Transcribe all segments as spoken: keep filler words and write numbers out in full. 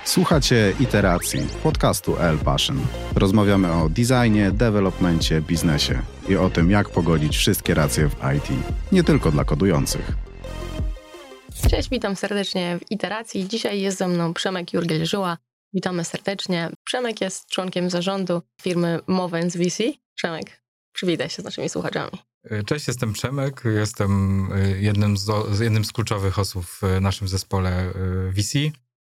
Słuchacie Iteracji, podcastu L Passion. Rozmawiamy o designie, developmencie, biznesie i o tym, jak pogodzić wszystkie racje w I T. Nie tylko dla kodujących. Cześć, witam serdecznie w Iteracji. Dzisiaj jest ze mną Przemek Jurgiel-Żyła. Witamy serdecznie. Przemek jest członkiem zarządu firmy Movens V C. Przemek, przywitaj się z naszymi słuchaczami. Cześć, jestem Przemek. Jestem jednym z, jednym z kluczowych osób w naszym zespole V C.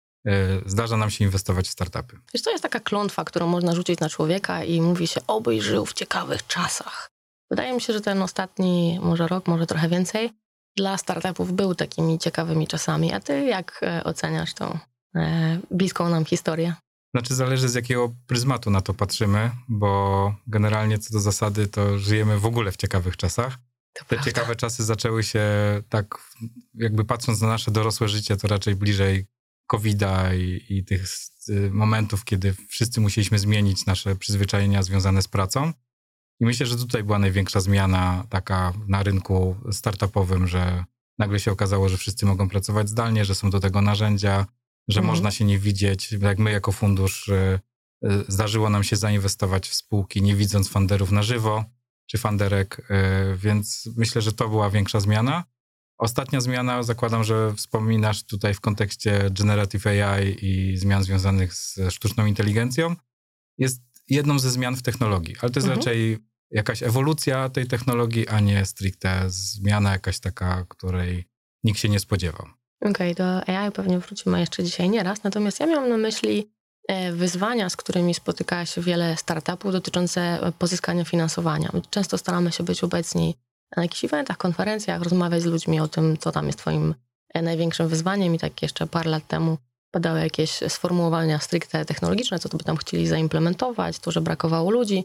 Zdarza nam się inwestować w startupy. Wiesz, to jest taka klątwa, którą można rzucić na człowieka i mówi się, obyś żył w ciekawych czasach. Wydaje mi się, że ten ostatni może rok, może trochę więcej, dla startupów był takimi ciekawymi czasami. A ty jak oceniasz tą e, bliską nam historię? Znaczy zależy z jakiego pryzmatu na to patrzymy, bo generalnie co do zasady to żyjemy w ogóle w ciekawych czasach. To Te prawda. ciekawe czasy zaczęły się tak, jakby patrząc na nasze dorosłe życie, to raczej bliżej kowida i, i tych momentów, kiedy wszyscy musieliśmy zmienić nasze przyzwyczajenia związane z pracą. I myślę, że tutaj była największa zmiana taka na rynku startupowym, że nagle się okazało, że wszyscy mogą pracować zdalnie, że są do tego narzędzia, że Mhm. można się nie widzieć. Jak my jako fundusz y, y, zdarzyło nam się zainwestować w spółki, nie widząc funderów na żywo, czy funderek, y, więc myślę, że to była większa zmiana. Ostatnia zmiana, zakładam, że wspominasz tutaj w kontekście Generative A I i zmian związanych z sztuczną inteligencją, jest jedną ze zmian w technologii, ale to jest Mhm. raczej jakaś ewolucja tej technologii, a nie stricte zmiana jakaś taka, której nikt się nie spodziewał. Okej, okay, do A I pewnie wrócimy jeszcze dzisiaj nieraz, natomiast ja miałam na myśli wyzwania, z którymi spotyka się wiele startupów dotyczące pozyskania finansowania. My często staramy się być obecni na jakichś eventach, konferencjach, rozmawiać z ludźmi o tym, co tam jest twoim największym wyzwaniem i tak jeszcze parę lat temu padały jakieś sformułowania stricte technologiczne, co to by tam chcieli zaimplementować, to, że brakowało ludzi,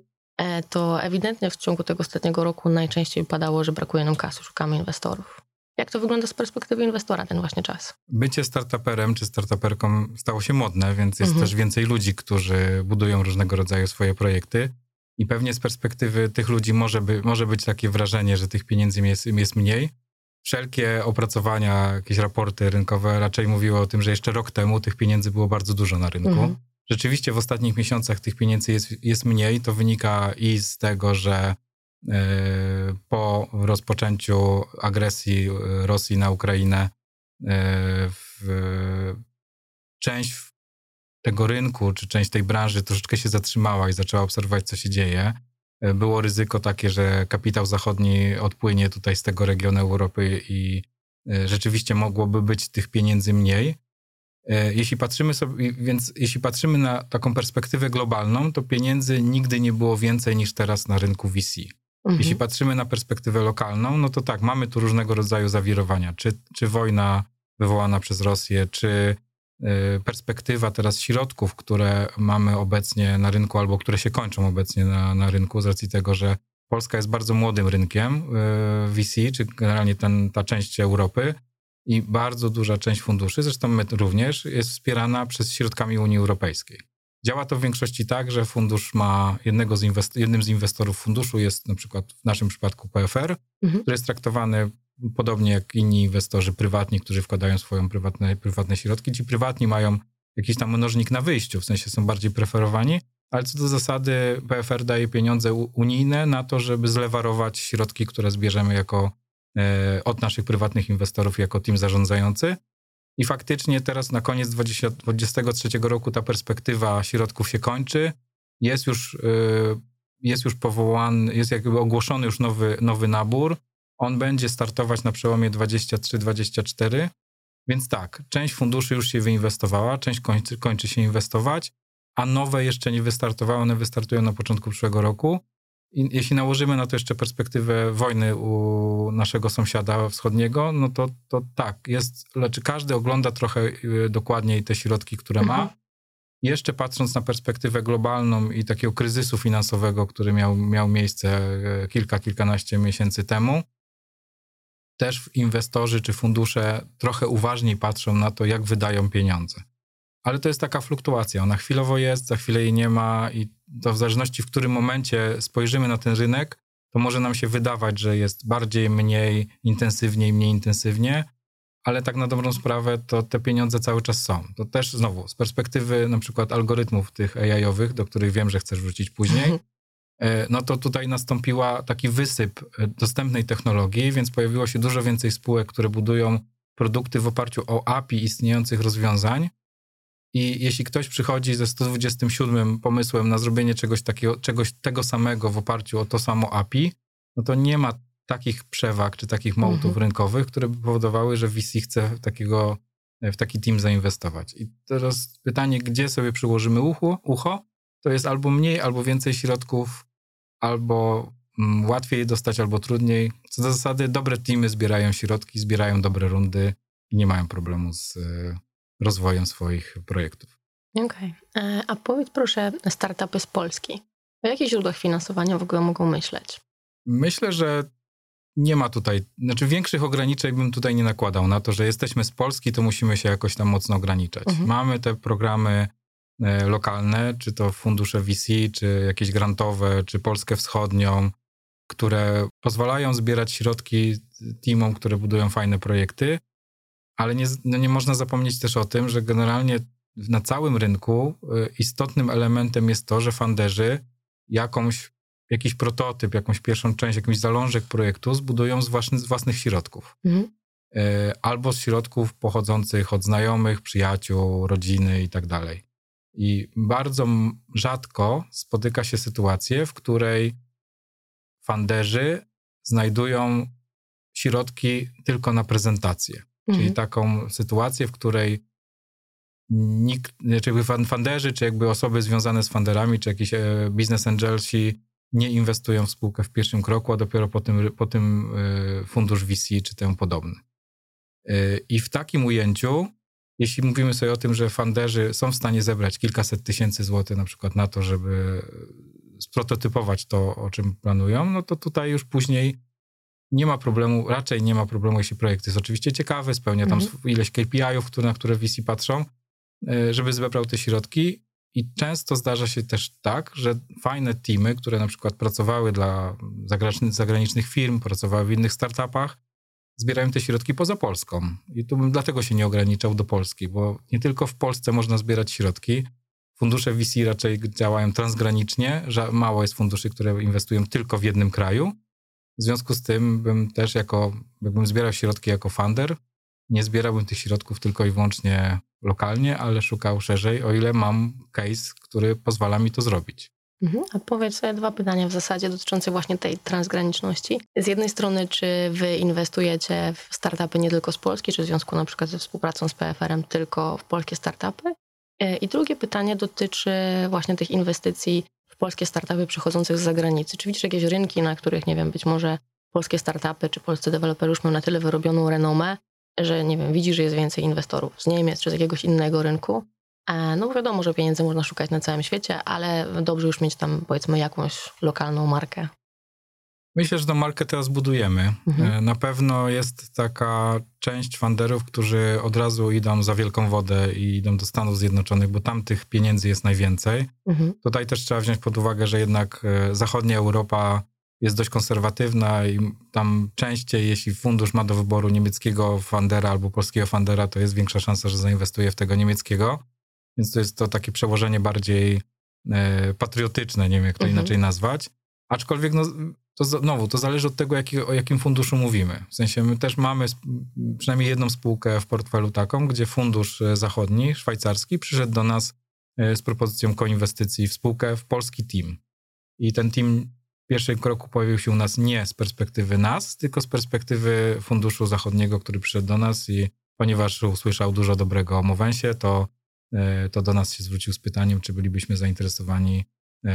to ewidentnie w ciągu tego ostatniego roku najczęściej padało, że brakuje nam kasy, szukamy inwestorów. Jak to wygląda z perspektywy inwestora ten właśnie czas? Bycie startuperem czy startuperką stało się modne, więc jest Mhm. też więcej ludzi, którzy budują różnego rodzaju swoje projekty i pewnie z perspektywy tych ludzi może, by, może być takie wrażenie, że tych pieniędzy jest, jest mniej. Wszelkie opracowania, jakieś raporty rynkowe raczej mówiły o tym, że jeszcze rok temu tych pieniędzy było bardzo dużo na rynku. Mhm. Rzeczywiście w ostatnich miesiącach tych pieniędzy jest, jest mniej. To wynika i z tego, że yy, po rozpoczęciu agresji Rosji na Ukrainę yy, w, część tego rynku, czy część tej branży troszeczkę się zatrzymała i zaczęła obserwować, co się dzieje. Było ryzyko takie, że kapitał zachodni odpłynie tutaj z tego regionu Europy i rzeczywiście mogłoby być tych pieniędzy mniej. Jeśli patrzymy sobie, więc jeśli patrzymy na taką perspektywę globalną, to pieniędzy nigdy nie było więcej niż teraz na rynku V C. Mhm. Jeśli patrzymy na perspektywę lokalną, no to tak, mamy tu różnego rodzaju zawirowania. Czy, czy wojna wywołana przez Rosję, czy perspektywa teraz środków, które mamy obecnie na rynku albo które się kończą obecnie na, na rynku z racji tego, że Polska jest bardzo młodym rynkiem V C, czy generalnie ten, ta część Europy i bardzo duża część funduszy, zresztą my również, jest wspierana przez środkami Unii Europejskiej. Działa to w większości tak, że fundusz ma jednego z inwest- jednym z inwestorów funduszu jest na przykład w naszym przypadku P F R, Mhm. który jest traktowany podobnie jak inni inwestorzy prywatni, którzy wkładają swoje prywatne, prywatne środki. Ci prywatni mają jakiś tam mnożnik na wyjściu, w sensie są bardziej preferowani, ale co do zasady P F R daje pieniądze unijne na to, żeby zlewarować środki, które zbierzemy jako, e, od naszych prywatnych inwestorów jako team zarządzający. I faktycznie teraz na koniec dwa tysiące dwudziestego trzeciego roku ta perspektywa środków się kończy. Jest już, e, jest już powołany, jest jakby ogłoszony już nowy, nowy nabór. On będzie startować na przełomie dwudziestego trzeciego dwudziestego czwartego, więc tak, część funduszy już się wyinwestowała, część kończy, kończy się inwestować, a nowe jeszcze nie wystartowały, one wystartują na początku przyszłego roku. I jeśli nałożymy na to jeszcze perspektywę wojny u naszego sąsiada wschodniego, no to, to tak, jest, lecz każdy ogląda trochę dokładniej te środki, które Mhm. ma. Jeszcze patrząc na perspektywę globalną i takiego kryzysu finansowego, który miał, miał miejsce kilka, kilkanaście miesięcy temu, też inwestorzy czy fundusze trochę uważniej patrzą na to, jak wydają pieniądze. Ale to jest taka fluktuacja. Ona chwilowo jest, za chwilę jej nie ma i to w zależności w którym momencie spojrzymy na ten rynek, to może nam się wydawać, że jest bardziej, mniej intensywnie i mniej intensywnie, ale tak na dobrą sprawę to te pieniądze cały czas są. To też znowu z perspektywy na przykład algorytmów tych A I-owych, do których wiem, że chcesz wrócić później, no to tutaj nastąpiła taki wysyp dostępnej technologii, więc pojawiło się dużo więcej spółek, które budują produkty w oparciu o A P I istniejących rozwiązań. I jeśli ktoś przychodzi ze sto dwudziestym siódmym pomysłem na zrobienie czegoś takiego, czegoś tego samego w oparciu o to samo A P I, no to nie ma takich przewag czy takich mołtów mhm. rynkowych, które by powodowały, że V C chce w, takiego, w taki team zainwestować. I teraz pytanie, gdzie sobie przyłożymy ucho, ucho, to jest albo mniej, albo więcej środków, albo mm, łatwiej dostać, albo trudniej. Co do zasady, dobre teamy zbierają środki, zbierają dobre rundy i nie mają problemu z y, rozwojem swoich projektów. Okej. Okay. A powiedz proszę, startupy z Polski, o jakich źródłach finansowania w ogóle mogą myśleć? Myślę, że nie ma tutaj, znaczy większych ograniczeń bym tutaj nie nakładał na to, że jesteśmy z Polski, to musimy się jakoś tam mocno ograniczać. Mhm. Mamy te programy e, lokalne, czy to fundusze V C, czy jakieś grantowe, czy Polskę Wschodnią, które pozwalają zbierać środki teamom, które budują fajne projekty, ale nie, no nie można zapomnieć też o tym, że generalnie na całym rynku e, istotnym elementem jest to, że funderzy jakąś jakiś prototyp, jakąś pierwszą część, jakiś zalążek projektu zbudują z, własny, z własnych środków. Mhm. Albo z środków pochodzących od znajomych, przyjaciół, rodziny i tak dalej. I bardzo rzadko spotyka się sytuację, w której funderzy znajdują środki tylko na prezentację. Mhm. Czyli taką sytuację, w której nikt, czy jakby funderzy, czy jakby osoby związane z funderami, czy jakiś business angelsi nie inwestują w spółkę w pierwszym kroku, a dopiero po tym, po tym fundusz V C czy temu podobny. I w takim ujęciu, jeśli mówimy sobie o tym, że funderzy są w stanie zebrać kilkaset tysięcy złotych na przykład na to, żeby sprototypować to, o czym planują, no to tutaj już później nie ma problemu, raczej nie ma problemu, jeśli projekt jest oczywiście ciekawy, spełnia tam mhm. ileś K P I-ów, na które V C patrzą, żeby zebrał te środki. I często zdarza się też tak, że fajne teamy, które na przykład pracowały dla zagranicznych firm, pracowały w innych startupach, zbierają te środki poza Polską. I tu bym dlatego się nie ograniczał do Polski, bo nie tylko w Polsce można zbierać środki. Fundusze V C raczej działają transgranicznie, że mało jest funduszy, które inwestują tylko w jednym kraju. W związku z tym bym też jako, jakbym zbierał środki jako funder, nie zbierałbym tych środków tylko i wyłącznie lokalnie, ale szukał szerzej, o ile mam case, który pozwala mi to zrobić. Mhm. A powiedz sobie dwa pytania w zasadzie dotyczące właśnie tej transgraniczności. Z jednej strony, czy wy inwestujecie w startupy nie tylko z Polski, czy w związku na przykład ze współpracą z P F R-em tylko w polskie startupy? I drugie pytanie dotyczy właśnie tych inwestycji w polskie startupy przychodzących z zagranicy. Czy widzisz jakieś rynki, na których, nie wiem, być może polskie startupy czy polscy deweloperzy już mają na tyle wyrobioną renomę, że nie wiem, widzi, że jest więcej inwestorów z Niemiec czy z jakiegoś innego rynku. No bo wiadomo, że pieniędzy można szukać na całym świecie, ale dobrze już mieć tam, powiedzmy, jakąś lokalną markę. Myślę, że tą markę teraz budujemy. Mhm. Na pewno jest taka część funderów, którzy od razu idą za wielką wodę i idą do Stanów Zjednoczonych, bo tam tych pieniędzy jest najwięcej. Mhm. Tutaj też trzeba wziąć pod uwagę, że jednak zachodnia Europa jest dość konserwatywna i tam częściej, jeśli fundusz ma do wyboru niemieckiego fundera albo polskiego fundera, to jest większa szansa, że zainwestuje w tego niemieckiego. Więc to jest to takie przełożenie bardziej e, patriotyczne, nie wiem jak to mhm. inaczej nazwać. Aczkolwiek no, to znowu, to zależy od tego, jaki, o jakim funduszu mówimy. W sensie my też mamy przynajmniej jedną spółkę w portfelu taką, gdzie fundusz zachodni, szwajcarski, przyszedł do nas z propozycją koinwestycji w spółkę w polski team. I ten team w pierwszym kroku pojawił się u nas nie z perspektywy nas, tylko z perspektywy funduszu zachodniego, który przyszedł do nas i ponieważ usłyszał dużo dobrego o Movensie, to, to do nas się zwrócił z pytaniem, czy bylibyśmy zainteresowani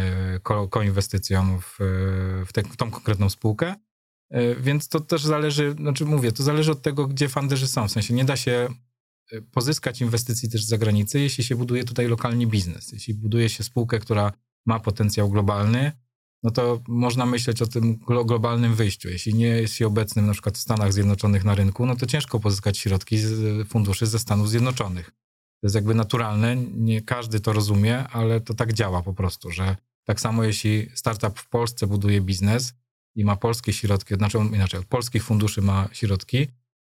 ko- koinwestycją w, w, te, w tą konkretną spółkę. Więc to też zależy, znaczy mówię, to zależy od tego, gdzie funderzy są. W sensie nie da się pozyskać inwestycji też z zagranicy, jeśli się buduje tutaj lokalnie biznes. Jeśli buduje się spółkę, która ma potencjał globalny, no to można myśleć o tym globalnym wyjściu. Jeśli nie jest się obecnym na przykład w Stanach Zjednoczonych na rynku, no to ciężko pozyskać środki z funduszy ze Stanów Zjednoczonych. To jest jakby naturalne, nie każdy to rozumie, ale to tak działa po prostu, że tak samo jeśli startup w Polsce buduje biznes i ma polskie środki, znaczy inaczej, od polskich funduszy ma środki,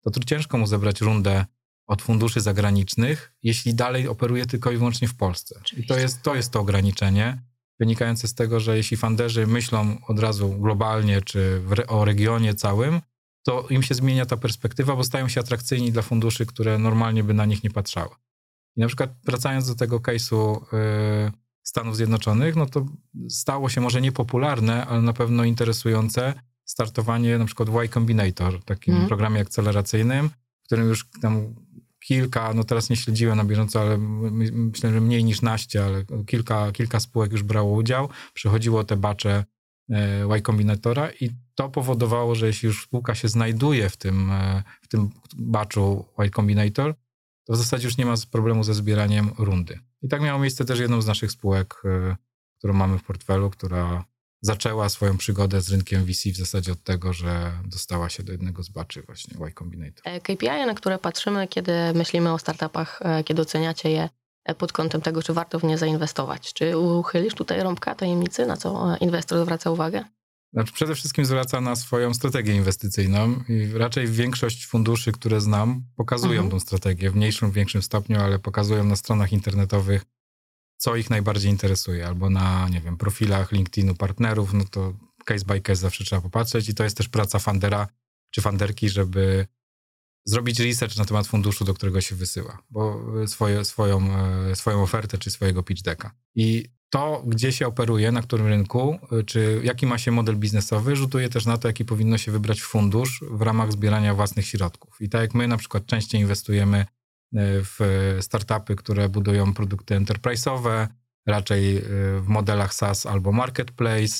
to tu ciężko mu zebrać rundę od funduszy zagranicznych, jeśli dalej operuje tylko i wyłącznie w Polsce. Oczywiście. I to jest, to jest to ograniczenie, wynikające z tego, że jeśli funderzy myślą od razu globalnie czy w, o regionie całym, to im się zmienia ta perspektywa, bo stają się atrakcyjni dla funduszy, które normalnie by na nich nie patrzały. I na przykład wracając do tego case'u yy, Stanów Zjednoczonych, no to stało się może niepopularne, ale na pewno interesujące startowanie na przykład Y Combinator, takim mm. programie akceleracyjnym, w którym już tam kilka, no teraz nie śledziłem na bieżąco, ale myślę, że mniej niż naście, ale kilka, kilka spółek już brało udział, przechodziło te bacze Y Combinatora i to powodowało, że jeśli już spółka się znajduje w tym, w tym baczu Y Combinator, to w zasadzie już nie ma problemu ze zbieraniem rundy. I tak miało miejsce też jedną z naszych spółek, którą mamy w portfelu, która zaczęła swoją przygodę z rynkiem V C w zasadzie od tego, że dostała się do jednego z baczy właśnie Y Combinator. K P I, na które patrzymy, kiedy myślimy o startupach, kiedy oceniacie je pod kątem tego, czy warto w nie zainwestować. Czy uchylisz tutaj rąbka tajemnicy, na co inwestor zwraca uwagę? Znaczy przede wszystkim zwraca na swoją strategię inwestycyjną i raczej większość funduszy, które znam, pokazują mhm. tą strategię w mniejszym, większym stopniu, ale pokazują na stronach internetowych, co ich najbardziej interesuje, albo na, nie wiem, profilach LinkedInu partnerów, no to case by case zawsze trzeba popatrzeć i to jest też praca fundera czy funderki, żeby zrobić research na temat funduszu, do którego się wysyła, bo swoje, swoją, swoją ofertę czy swojego pitch decka. I to, gdzie się operuje, na którym rynku, czy jaki ma się model biznesowy, rzutuje też na to, jaki powinno się wybrać fundusz w ramach zbierania własnych środków. I tak jak my na przykład częściej inwestujemy w startupy, które budują produkty enterprise'owe, raczej w modelach SaaS albo marketplace,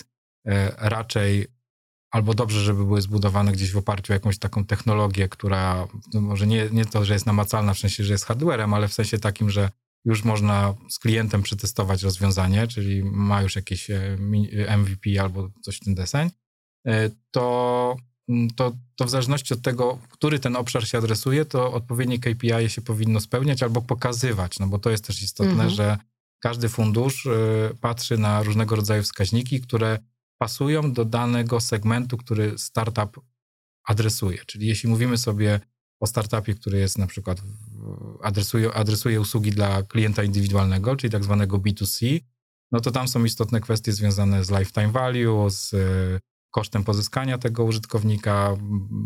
raczej albo dobrze, żeby były zbudowane gdzieś w oparciu o jakąś taką technologię, która no może nie, nie to, że jest namacalna w sensie, że jest hardwarem, ale w sensie takim, że już można z klientem przetestować rozwiązanie, czyli ma już jakieś M V P albo coś w ten deseń, to, to, to w zależności od tego, który ten obszar się adresuje, to odpowiednie K P I się powinno spełniać albo pokazywać, no bo to jest też istotne, mhm. że każdy fundusz patrzy na różnego rodzaju wskaźniki, które pasują do danego segmentu, który startup adresuje. Czyli jeśli mówimy sobie o startupie, który jest na przykład adresuje, adresuje usługi dla klienta indywidualnego, czyli tak zwanego B dwa C, no to tam są istotne kwestie związane z lifetime value, z kosztem pozyskania tego użytkownika,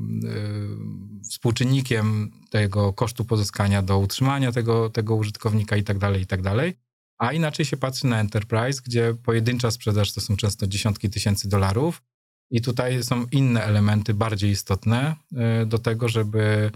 współczynnikiem tego kosztu pozyskania do utrzymania tego, tego użytkownika i tak dalej, i tak dalej. A inaczej się patrzy na enterprise, gdzie pojedyncza sprzedaż to są często dziesiątki tysięcy dolarów i tutaj są inne elementy bardziej istotne do tego, żeby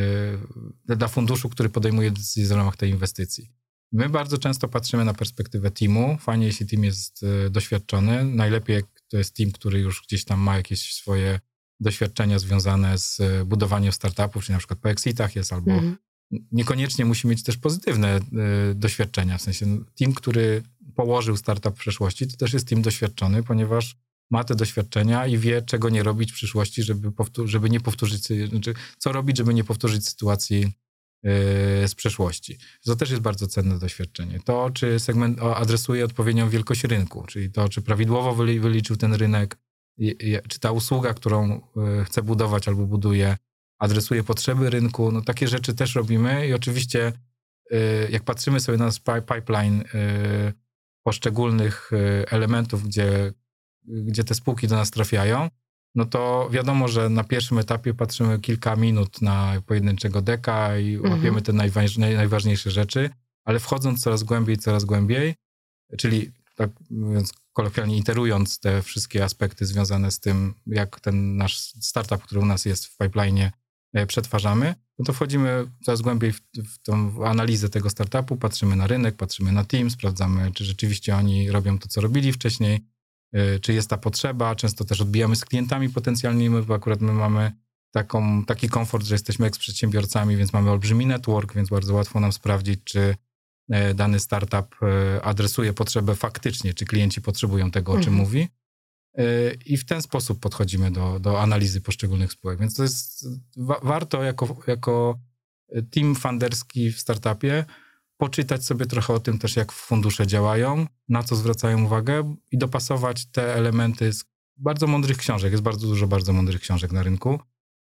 dla funduszu, który podejmuje decyzję w ramach tej inwestycji. My bardzo często patrzymy na perspektywę teamu. Fajnie, jeśli team jest doświadczony. Najlepiej, jak to jest team, który już gdzieś tam ma jakieś swoje doświadczenia związane z budowaniem startupów, czyli na przykład po exitach jest albo mhm. niekoniecznie musi mieć też pozytywne y, doświadczenia. W sensie team, który położył startup w przeszłości, to też jest team doświadczony, ponieważ ma te doświadczenia i wie, czego nie robić w przyszłości, żeby, powtór- żeby nie powtórzyć, znaczy co robić, żeby nie powtórzyć sytuacji y, z przeszłości. To też jest bardzo cenne doświadczenie. To, czy segment adresuje odpowiednią wielkość rynku, czyli to, czy prawidłowo wyli- wyliczył ten rynek, i, i, czy ta usługa, którą y, chce budować albo buduje, adresuje potrzeby rynku, no takie rzeczy też robimy i oczywiście y, jak patrzymy sobie na nasz pipeline y, poszczególnych y, elementów, gdzie, gdzie te spółki do nas trafiają, no to wiadomo, że na pierwszym etapie patrzymy kilka minut na pojedynczego deka i mhm. łapiemy te najważ, najważniejsze rzeczy, ale wchodząc coraz głębiej, coraz głębiej, czyli tak mówiąc kolokwialnie iterując te wszystkie aspekty związane z tym, jak ten nasz startup, który u nas jest w pipeline'ie, przetwarzamy, no to wchodzimy coraz głębiej w, w tą analizę tego startupu, patrzymy na rynek, patrzymy na team, sprawdzamy, czy rzeczywiście oni robią to, co robili wcześniej, yy, czy jest ta potrzeba. Często też odbijamy z klientami potencjalnymi, bo akurat my mamy taką, taki komfort, że jesteśmy eks-przedsiębiorcami, więc mamy olbrzymi network, więc bardzo łatwo nam sprawdzić, czy yy, dany startup yy, adresuje potrzebę faktycznie, czy klienci potrzebują tego, o czym mhm. mówi. I w ten sposób podchodzimy do, do analizy poszczególnych spółek. Więc to jest wa- warto jako, jako team funderski w startupie poczytać sobie trochę o tym też, jak fundusze działają, na co zwracają uwagę i dopasować te elementy z bardzo mądrych książek. Jest bardzo dużo bardzo mądrych książek na rynku.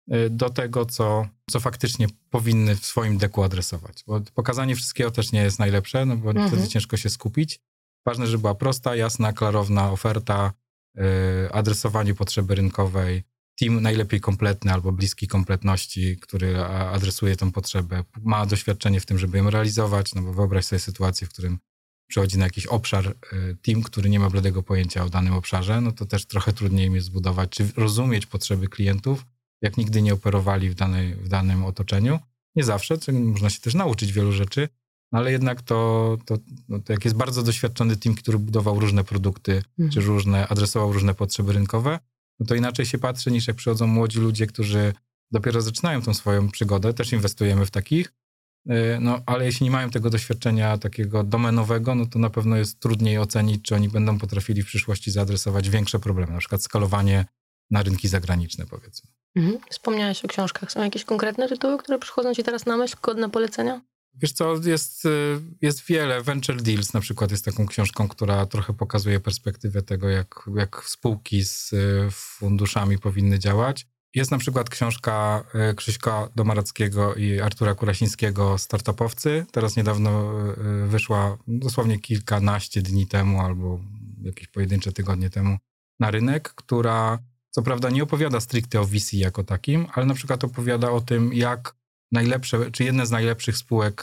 do tego, co, co faktycznie powinny w swoim deku adresować. Bo pokazanie wszystkiego też nie jest najlepsze, no bo mhm. wtedy ciężko się skupić. Ważne, żeby była prosta, jasna, klarowna oferta, yy, adresowanie potrzeby rynkowej, team najlepiej kompletny albo bliski kompletności, który adresuje tę potrzebę, ma doświadczenie w tym, żeby ją realizować, no bo wyobraź sobie sytuację, w którym przychodzi na jakiś obszar team, który nie ma bladego pojęcia o danym obszarze, no to też trochę trudniej im jest zbudować, czy rozumieć potrzeby klientów, jak nigdy nie operowali w, danej, w danym otoczeniu. Nie zawsze, można się też nauczyć wielu rzeczy, no ale jednak to, to, no to jak jest bardzo doświadczony team, który budował różne produkty, mhm. czy różne, adresował różne potrzeby rynkowe, no to inaczej się patrzy, niż jak przychodzą młodzi ludzie, którzy dopiero zaczynają tą swoją przygodę, też inwestujemy w takich, no ale jeśli nie mają tego doświadczenia takiego domenowego, no to na pewno jest trudniej ocenić, czy oni będą potrafili w przyszłości zaadresować większe problemy, na przykład skalowanie na rynki zagraniczne, powiedzmy. Mhm. Wspomniałeś o książkach. Są jakieś konkretne tytuły, które przychodzą ci teraz na myśl, godne polecenia? Wiesz co, jest, jest wiele. Venture Deals na przykład jest taką książką, która trochę pokazuje perspektywę tego, jak, jak spółki z funduszami powinny działać. Jest na przykład książka Krzyśka Domarackiego i Artura Kurasińskiego Startupowcy. Teraz niedawno wyszła, dosłownie kilkanaście dni temu albo jakieś pojedyncze tygodnie temu na rynek, która co prawda nie opowiada stricte o V C jako takim, ale na przykład opowiada o tym, jak najlepsze, czy jedne z najlepszych spółek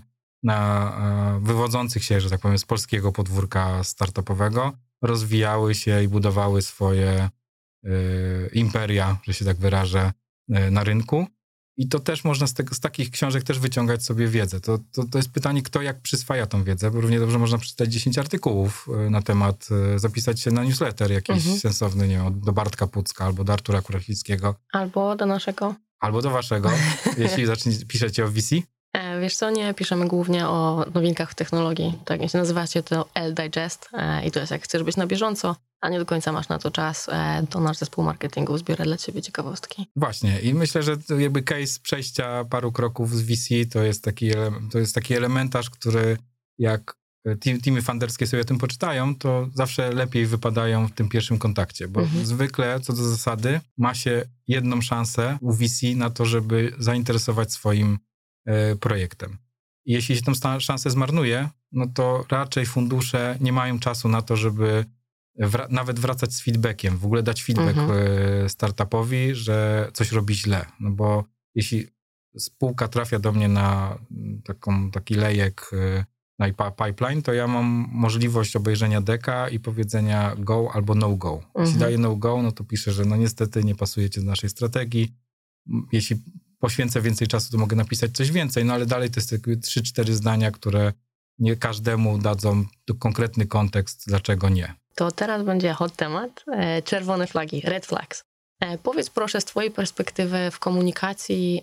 na, wywodzących się, że tak powiem, z polskiego podwórka startupowego rozwijały się i budowały swoje y, imperia, że się tak wyrażę, y, na rynku. I to też można z, te, z takich książek też wyciągać sobie wiedzę. To, to, to jest pytanie, kto jak przyswaja tą wiedzę, bo równie dobrze można przeczytać dziesięć artykułów na temat, zapisać się na newsletter jakiś mhm. sensowny, nie wiem, do Bartka Pucka albo do Artura Kurasińskiego. Albo do naszego. Albo do waszego, jeśli zaczniecie, piszecie o V C. E, wiesz co, nie, piszemy głównie o nowinkach w technologii. Tak się nazywacie to L-Digest e, i to jest jak chcesz być na bieżąco, a nie do końca masz na to czas, e, to nasz zespół marketingu zbiera dla ciebie ciekawostki. Właśnie i myślę, że jakby case przejścia paru kroków z V C to jest taki, to jest taki elementarz, który jak team, teamy funderskie sobie o tym poczytają, to zawsze lepiej wypadają w tym pierwszym kontakcie, bo mhm. zwykle co do zasady ma się jedną szansę u V C na to, żeby zainteresować swoim e, projektem. I jeśli się tę szansę zmarnuje, no to raczej fundusze nie mają czasu na to, żeby wra- nawet wracać z feedbackiem, w ogóle dać feedback mhm. e, startupowi, że coś robi źle, no bo jeśli spółka trafia do mnie na taką, taki lejek e, na pipeline, to ja mam możliwość obejrzenia deka i powiedzenia go albo no go. Mhm. Jeśli daję no go, no to piszę, że no niestety nie pasujecie do naszej strategii. Jeśli poświęcę więcej czasu, to mogę napisać coś więcej, no ale dalej to jest jakby trzy cztery zdania, które nie każdemu dadzą konkretny kontekst, dlaczego nie. To teraz będzie hot temat. Czerwone flagi, red flags. Powiedz proszę z twojej perspektywy w komunikacji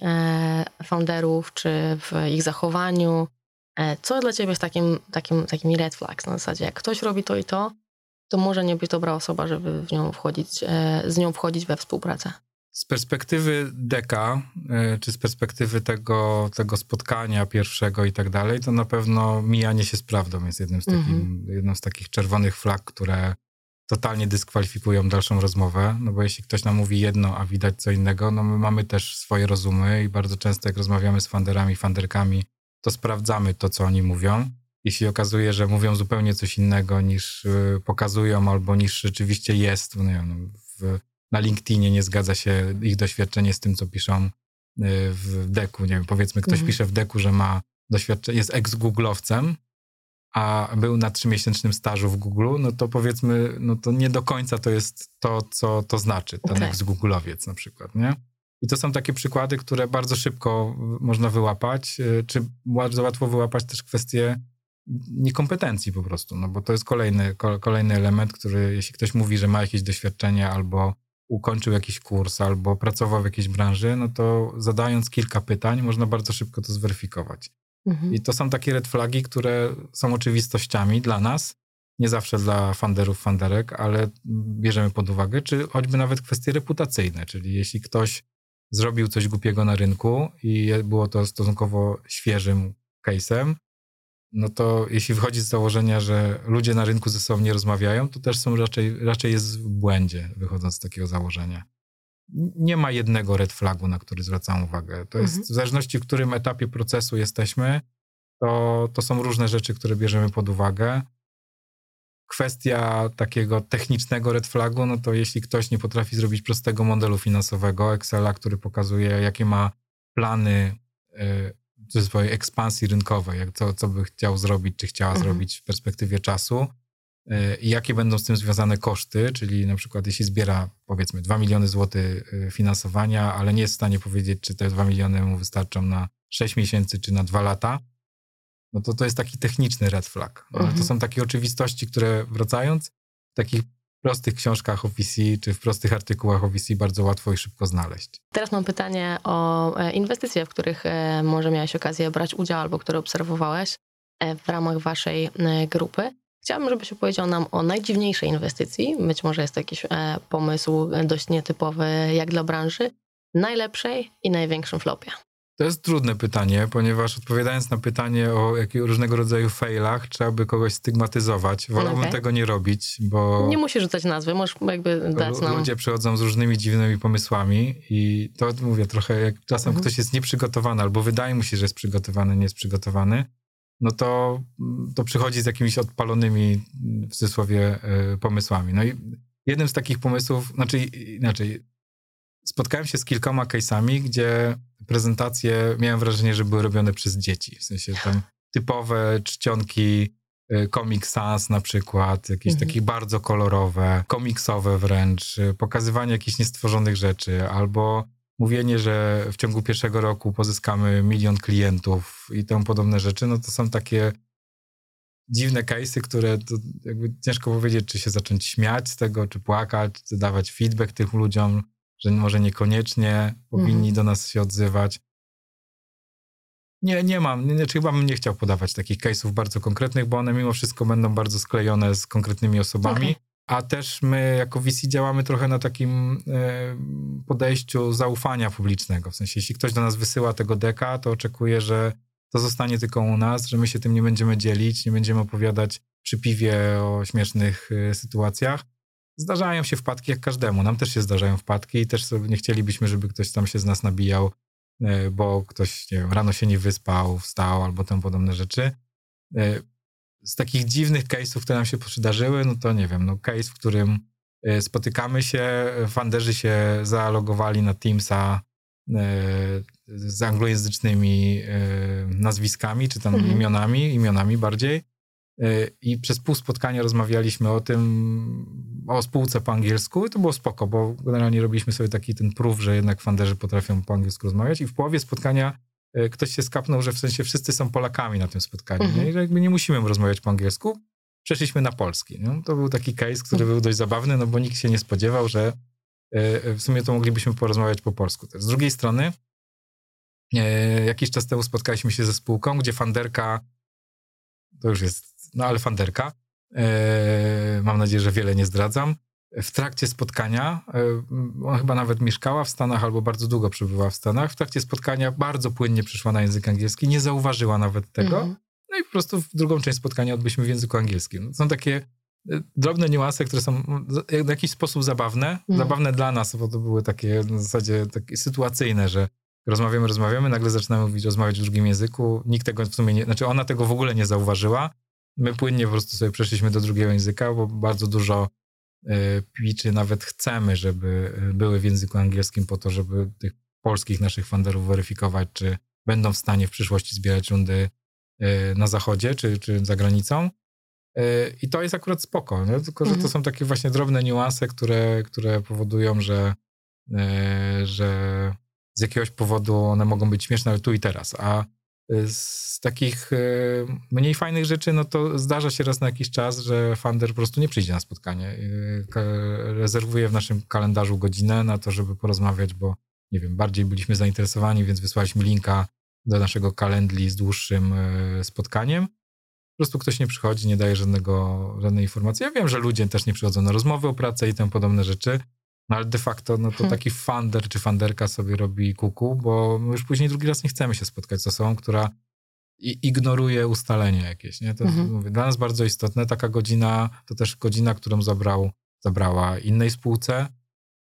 founderów, czy w ich zachowaniu, co dla ciebie jest takim, takim, takimi red flags na zasadzie, jak ktoś robi to i to, to może nie być dobra osoba, żeby w nią wchodzić, z nią wchodzić we współpracę. Z perspektywy deka, czy z perspektywy tego, tego spotkania pierwszego i tak dalej, to na pewno mijanie się z prawdą jest jednym z, takim, mhm. jedną z takich czerwonych flag, które totalnie dyskwalifikują dalszą rozmowę, no bo jeśli ktoś nam mówi jedno, a widać co innego, no my mamy też swoje rozumy i bardzo często jak rozmawiamy z funderami, funderkami, to sprawdzamy to, co oni mówią. Jeśli okazuje, że mówią zupełnie coś innego niż pokazują albo niż rzeczywiście jest, no nie wiem, w, na LinkedInie nie zgadza się ich doświadczenie z tym, co piszą w deku. Nie wiem, powiedzmy, ktoś mhm. pisze w deku, że ma doświadczenie, jest ex-googlowcem, a był na trzymiesięcznym stażu w Google, no to powiedzmy, no to nie do końca to jest to, co to znaczy, ten okay. ex-googlowiec na przykład, nie? I to są takie przykłady, które bardzo szybko można wyłapać, czy bardzo łatwo wyłapać też kwestie niekompetencji po prostu, no bo to jest kolejny, kolejny element, który jeśli ktoś mówi, że ma jakieś doświadczenie albo ukończył jakiś kurs, albo pracował w jakiejś branży, no to zadając kilka pytań można bardzo szybko to zweryfikować. Mhm. I to są takie red flagi, które są oczywistościami dla nas, nie zawsze dla funderów, funderek, ale bierzemy pod uwagę, czy choćby nawet kwestie reputacyjne, czyli jeśli ktoś zrobił coś głupiego na rynku i było to stosunkowo świeżym case'em, no to jeśli wychodzi z założenia, że ludzie na rynku ze sobą nie rozmawiają, to też są raczej, raczej jest w błędzie, wychodząc z takiego założenia. nie ma jednego red flagu, na który zwracam uwagę. To jest mhm. w zależności, w którym etapie procesu jesteśmy, to, to są różne rzeczy, które bierzemy pod uwagę. Kwestia takiego technicznego red flagu, no to jeśli ktoś nie potrafi zrobić prostego modelu finansowego, Excela, który pokazuje, jakie ma plany ze swojej ekspansji rynkowej, jak co, co by chciał zrobić, czy chciała mhm. zrobić w perspektywie czasu i jakie będą z tym związane koszty, czyli na przykład jeśli zbiera powiedzmy dwa miliony złotych finansowania, ale nie jest w stanie powiedzieć, czy te dwa miliony mu wystarczą na sześć miesięcy, czy na dwa lata, no to to jest taki techniczny red flag. No, mhm. To są takie oczywistości, które wracając w takich prostych książkach o V C, czy w prostych artykułach o V C bardzo łatwo i szybko znaleźć. Teraz mam pytanie o inwestycje, w których może miałeś okazję brać udział albo które obserwowałeś w ramach waszej grupy. Chciałabym, żebyś opowiedział nam o najdziwniejszej inwestycji. Być może jest to jakiś pomysł dość nietypowy jak dla branży. Najlepszej i największym flopie. To jest trudne pytanie, ponieważ odpowiadając na pytanie o jakiego różnego rodzaju failach, trzeba by kogoś stygmatyzować. Wolałbym okay. tego nie robić, bo... Nie musisz rzucać nazwy, możesz jakby dać nam... Ludzie przychodzą z różnymi dziwnymi pomysłami i to mówię trochę, jak czasem mhm. ktoś jest nieprzygotowany albo wydaje mu się, że jest przygotowany, nie jest przygotowany, no to, to przychodzi z jakimiś odpalonymi, w cudzysłowie, pomysłami. No i jednym z takich pomysłów, znaczy inaczej, spotkałem się z kilkoma case'ami, gdzie prezentacje, miałem wrażenie, że były robione przez dzieci. W sensie tam typowe czcionki, Comic Sans na przykład, jakieś mhm. takie bardzo kolorowe, komiksowe wręcz, pokazywanie jakichś niestworzonych rzeczy, albo mówienie, że w ciągu pierwszego roku pozyskamy milion klientów i tym podobne rzeczy, no to są takie dziwne case'y, które to jakby ciężko powiedzieć, czy się zacząć śmiać z tego, czy płakać, czy dawać feedback tym ludziom, że może niekoniecznie powinni mhm. do nas się odzywać. Nie, nie mam, nie, czy chyba bym nie chciał podawać takich case'ów bardzo konkretnych, bo one mimo wszystko będą bardzo sklejone z konkretnymi osobami, okay. a też my jako V C działamy trochę na takim e, podejściu zaufania publicznego. W sensie, jeśli ktoś do nas wysyła tego deka, to oczekuje, że to zostanie tylko u nas, że my się tym nie będziemy dzielić, nie będziemy opowiadać przy piwie o śmiesznych e, sytuacjach. Zdarzają się wpadki jak każdemu. Nam też się zdarzają wpadki i też sobie nie chcielibyśmy, żeby ktoś tam się z nas nabijał, bo ktoś, nie wiem, rano się nie wyspał, wstał albo tym podobne rzeczy. Z takich dziwnych case'ów, które nam się przydarzyły, no to nie wiem, no case, w którym spotykamy się, funderzy się zalogowali na Teamsa z anglojęzycznymi nazwiskami, czy tam mhm. imionami, imionami bardziej. I przez pół spotkania rozmawialiśmy o tym, o spółce po angielsku i to było spoko, bo generalnie robiliśmy sobie taki ten proof, że jednak funderzy potrafią po angielsku rozmawiać i w połowie spotkania ktoś się skapnął, że w sensie wszyscy są Polakami na tym spotkaniu mhm. nie? I że jakby nie musimy rozmawiać po angielsku. Przeszliśmy na polski. Nie? To był taki case, który był dość zabawny, no bo nikt się nie spodziewał, że w sumie to moglibyśmy porozmawiać po polsku. Z drugiej strony jakiś czas temu spotkaliśmy się ze spółką, gdzie funderka to już jest no ale funderka, e, mam nadzieję, że wiele nie zdradzam, w trakcie spotkania, e, ona chyba nawet mieszkała w Stanach albo bardzo długo przebywała w Stanach, w trakcie spotkania bardzo płynnie przeszła na język angielski, nie zauważyła nawet tego, mhm. no i po prostu w drugą część spotkania odbyliśmy w języku angielskim. To są takie drobne niuanse, które są w jakiś sposób zabawne, mhm. zabawne dla nas, bo to były takie w zasadzie takie sytuacyjne, że rozmawiamy, rozmawiamy, nagle zaczynamy mówić, rozmawiać w drugim języku, nikt tego w sumie nie, znaczy ona tego w ogóle nie zauważyła. My płynnie po prostu sobie przeszliśmy do drugiego języka, bo bardzo dużo y, pitchy nawet chcemy, żeby były w języku angielskim po to, żeby tych polskich naszych funderów weryfikować, czy będą w stanie w przyszłości zbierać rundy y, na zachodzie, czy, czy za granicą. Y, I to jest akurat spoko, nie? Tylko że mhm. to są takie właśnie drobne niuanse, które, które powodują, że, y, że z jakiegoś powodu one mogą być śmieszne, ale tu i teraz. A z takich mniej fajnych rzeczy, no to zdarza się raz na jakiś czas, że funder po prostu nie przyjdzie na spotkanie. Rezerwuje w naszym kalendarzu godzinę na to, żeby porozmawiać, bo nie wiem, bardziej byliśmy zainteresowani, więc wysłaliśmy linka do naszego Calendly z dłuższym spotkaniem. Po prostu ktoś nie przychodzi, nie daje żadnego, żadnej informacji. Ja wiem, że ludzie też nie przychodzą na rozmowy o pracę i tym podobne rzeczy, no ale de facto no to taki funder czy funderka sobie robi kuku, bo my już później drugi raz nie chcemy się spotkać z osobą, która ignoruje ustalenia jakieś. Nie? To mhm. mówię, dla nas bardzo istotne. Taka godzina to też godzina, którą zabrał, zabrała innej spółce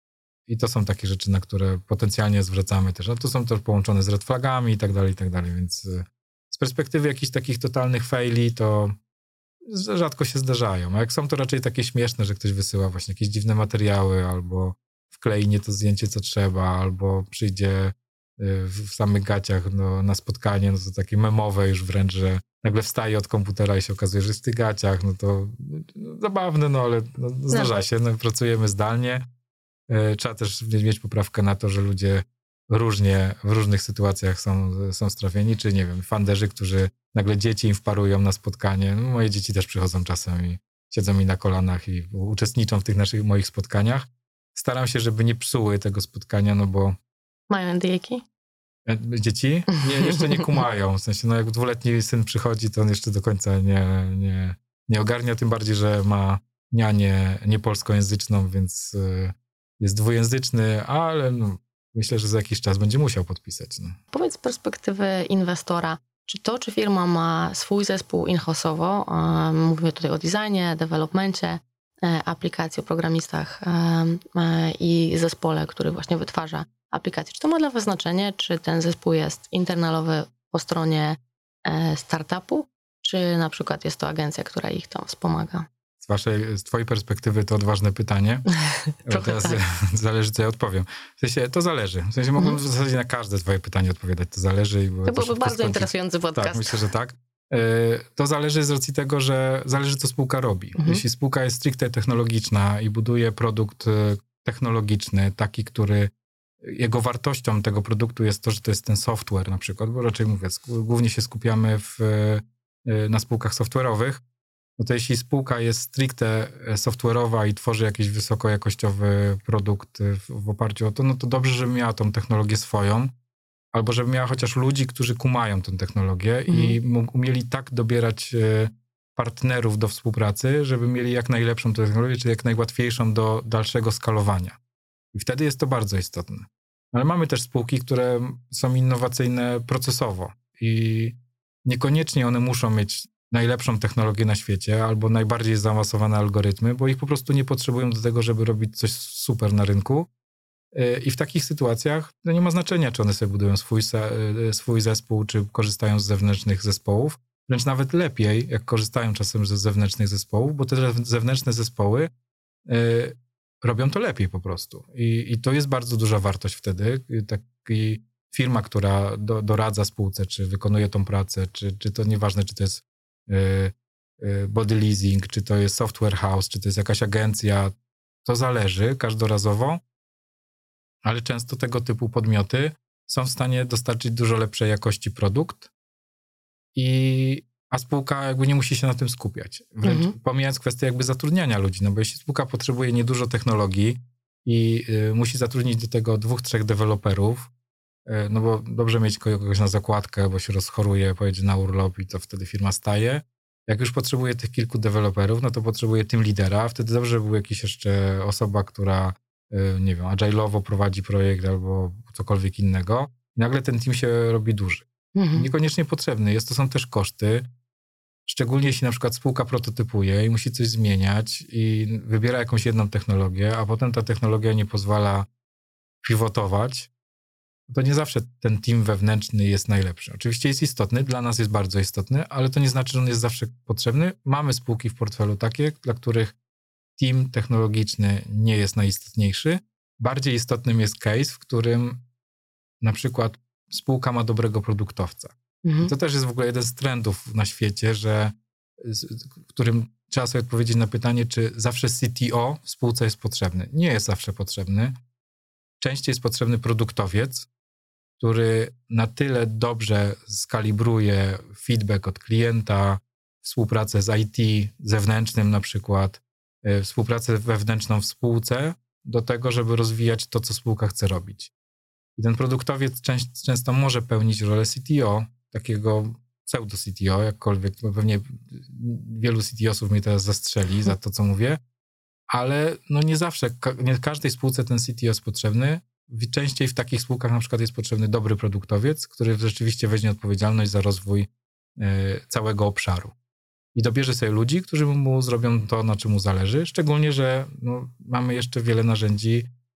I to są takie rzeczy, na które potencjalnie zwracamy też. No to są też połączone z red flagami i tak dalej, i tak dalej, więc z perspektywy jakichś takich totalnych faili to rzadko się zdarzają. A jak są to raczej takie śmieszne, że ktoś wysyła właśnie jakieś dziwne materiały albo wklei nie to zdjęcie, co trzeba, albo przyjdzie w samych gaciach no, na spotkanie, no to takie memowe już wręcz, że nagle wstaje od komputera i się okazuje, że jest w tych gaciach, no to no, zabawne, no ale no, zdarza się, no, pracujemy zdalnie. Trzeba też mieć poprawkę na to, że ludzie różnie, w różnych sytuacjach są, są strafieni, czy nie wiem, fanderzy, którzy nagle dzieci im wparują na spotkanie. No, moje dzieci też przychodzą czasem i siedzą mi na kolanach i uczestniczą w tych naszych moich spotkaniach. Staram się, żeby nie psuły tego spotkania, no bo... Mają endejki? Dzieci? Nie, jeszcze nie kumają. W sensie, no jak dwuletni syn przychodzi, to on jeszcze do końca nie, nie, nie ogarnia, tym bardziej, że ma nianię niepolskojęzyczną, więc jest dwujęzyczny, ale no, myślę, że za jakiś czas będzie musiał podpisać. No. Powiedz z perspektywy inwestora, czy to, czy firma ma swój zespół in-house'owo, mówimy tutaj o designie, developmencie, aplikacji, o programistach i zespole, który właśnie wytwarza aplikacje. Czy to ma dla was znaczenie, czy ten zespół jest internalowy po stronie startupu, czy na przykład jest to agencja, która ich tam wspomaga? Z waszej, z twojej perspektywy to odważne pytanie. Teraz tak. Zależy, co ja odpowiem. W sensie, to zależy. W sensie mogłem mm. w zasadzie na każde twoje pytanie odpowiadać. To zależy. To byłby bardzo skończy. interesujący podcast. Tak, myślę, że tak. To zależy z racji tego, że zależy, co spółka robi. Mm-hmm. Jeśli spółka jest stricte technologiczna i buduje produkt technologiczny, taki, który jego wartością tego produktu jest to, że to jest ten software na przykład, bo raczej mówię, głównie się skupiamy w, na spółkach software'owych, no to jeśli spółka jest stricte software'owa i tworzy jakiś wysokojakościowy produkt w, w oparciu o to, no to dobrze, żeby miała tą technologię swoją, albo żeby miała chociaż ludzi, którzy kumają tę technologię mhm. i umieli tak dobierać partnerów do współpracy, żeby mieli jak najlepszą technologię, czyli jak najłatwiejszą do dalszego skalowania. I wtedy jest to bardzo istotne. Ale mamy też spółki, które są innowacyjne procesowo i niekoniecznie one muszą mieć najlepszą technologię na świecie albo najbardziej zaawansowane algorytmy, bo ich po prostu nie potrzebują do tego, żeby robić coś super na rynku. I w takich sytuacjach no nie ma znaczenia, czy one sobie budują swój, swój zespół, czy korzystają z zewnętrznych zespołów. Wręcz nawet lepiej, jak korzystają czasem ze zewnętrznych zespołów, bo te zewnętrzne zespoły y, robią to lepiej po prostu. I, i to jest bardzo duża wartość wtedy. Taki firma, która do, doradza spółce, czy wykonuje tą pracę, czy, czy to nieważne, czy to jest y, y, body leasing, czy to jest software house, czy to jest jakaś agencja, to zależy każdorazowo, ale często tego typu podmioty są w stanie dostarczyć dużo lepszej jakości produkt, i, a spółka jakby nie musi się na tym skupiać. Wręcz mhm. pomijając kwestię jakby zatrudniania ludzi, no bo jeśli spółka potrzebuje niedużo technologii i y, musi zatrudnić do tego dwóch, trzech deweloperów, y, no bo dobrze mieć kogoś na zakładkę, bo się rozchoruje, pojedzie na urlop i to wtedy firma staje. Jak już potrzebuje tych kilku deweloperów, no to potrzebuje team lidera, wtedy dobrze był jakiś jeszcze osoba, która y, nie wiem, agile'owo prowadzi projekt albo cokolwiek innego. I nagle ten team się robi duży. Mhm. Niekoniecznie potrzebny jest, to są też koszty, szczególnie jeśli na przykład spółka prototypuje i musi coś zmieniać i wybiera jakąś jedną technologię, a potem ta technologia nie pozwala pivotować, to nie zawsze ten team wewnętrzny jest najlepszy. Oczywiście jest istotny, dla nas jest bardzo istotny, ale to nie znaczy, że on jest zawsze potrzebny. Mamy spółki w portfelu takie, dla których team technologiczny nie jest najistotniejszy. Bardziej istotnym jest case, w którym na przykład spółka ma dobrego produktowca. Mhm. To też jest w ogóle jeden z trendów na świecie, że w którym trzeba sobie odpowiedzieć na pytanie, czy zawsze C T O w spółce jest potrzebny. Nie jest zawsze potrzebny. Częściej jest potrzebny produktowiec, który na tyle dobrze skalibruje feedback od klienta, współpracę z I T zewnętrznym na przykład, współpracę wewnętrzną w spółce do tego, żeby rozwijać to, co spółka chce robić. I ten produktowiec częst, często może pełnić rolę C T O, takiego pseudo-C T O, jakkolwiek, bo pewnie wielu C T O-sów mnie teraz zastrzeli za to, co mówię, ale no nie zawsze, nie w każdej spółce ten C T O jest potrzebny. Częściej w takich spółkach na przykład jest potrzebny dobry produktowiec, który rzeczywiście weźmie odpowiedzialność za rozwój y, całego obszaru. I dobierze sobie ludzi, którzy mu zrobią to, na czym mu zależy, szczególnie, że no, mamy jeszcze wiele narzędzi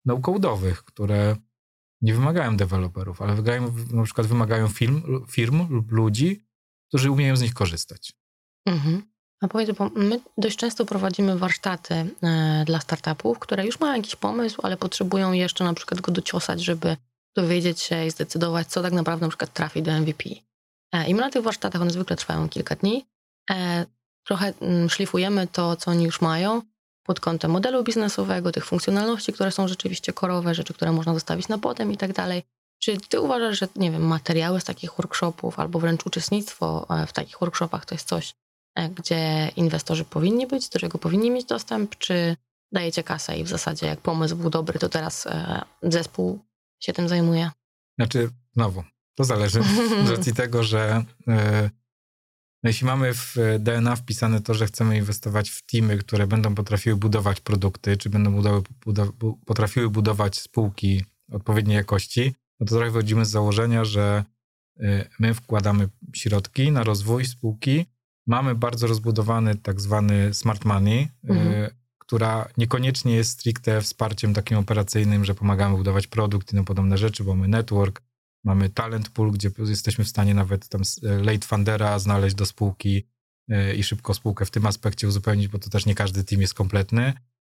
no-code'owych, które nie wymagają deweloperów, ale wymagają, na przykład wymagają firm, firm lub ludzi, którzy umieją z nich korzystać. Mhm. A powiedz, bo my dość często prowadzimy warsztaty e, dla startupów, które już mają jakiś pomysł, ale potrzebują jeszcze na przykład go dociosać, żeby dowiedzieć się i zdecydować, co tak naprawdę na przykład trafi do M V P. E, I my na tych warsztatach, one zwykle trwają kilka dni, e, trochę mm, szlifujemy to, co oni już mają pod kątem modelu biznesowego, tych funkcjonalności, które są rzeczywiście korowe, rzeczy, które można zostawić na potem i tak dalej. Czy ty uważasz, że nie wiem, materiały z takich workshopów albo wręcz uczestnictwo w takich workshopach to jest coś, gdzie inwestorzy powinni być, do czego powinni mieć dostęp, czy dajecie kasę i w zasadzie jak pomysł był dobry, to teraz zespół się tym zajmuje? Znaczy, znowu, to zależy z racji tego, że yy, jeśli mamy w D N A wpisane to, że chcemy inwestować w teamy, które będą potrafiły budować produkty, czy będą budowały, budow, potrafiły budować spółki odpowiedniej jakości, no to trochę wychodzimy z założenia, że my wkładamy środki na rozwój spółki, mamy bardzo rozbudowany tak zwany smart money, mhm. y, która niekoniecznie jest stricte wsparciem takim operacyjnym, że pomagamy budować produkt i no podobne rzeczy, bo mamy network, mamy talent pool, gdzie jesteśmy w stanie nawet tam late fundera znaleźć do spółki y, i szybko spółkę w tym aspekcie uzupełnić, bo to też nie każdy team jest kompletny.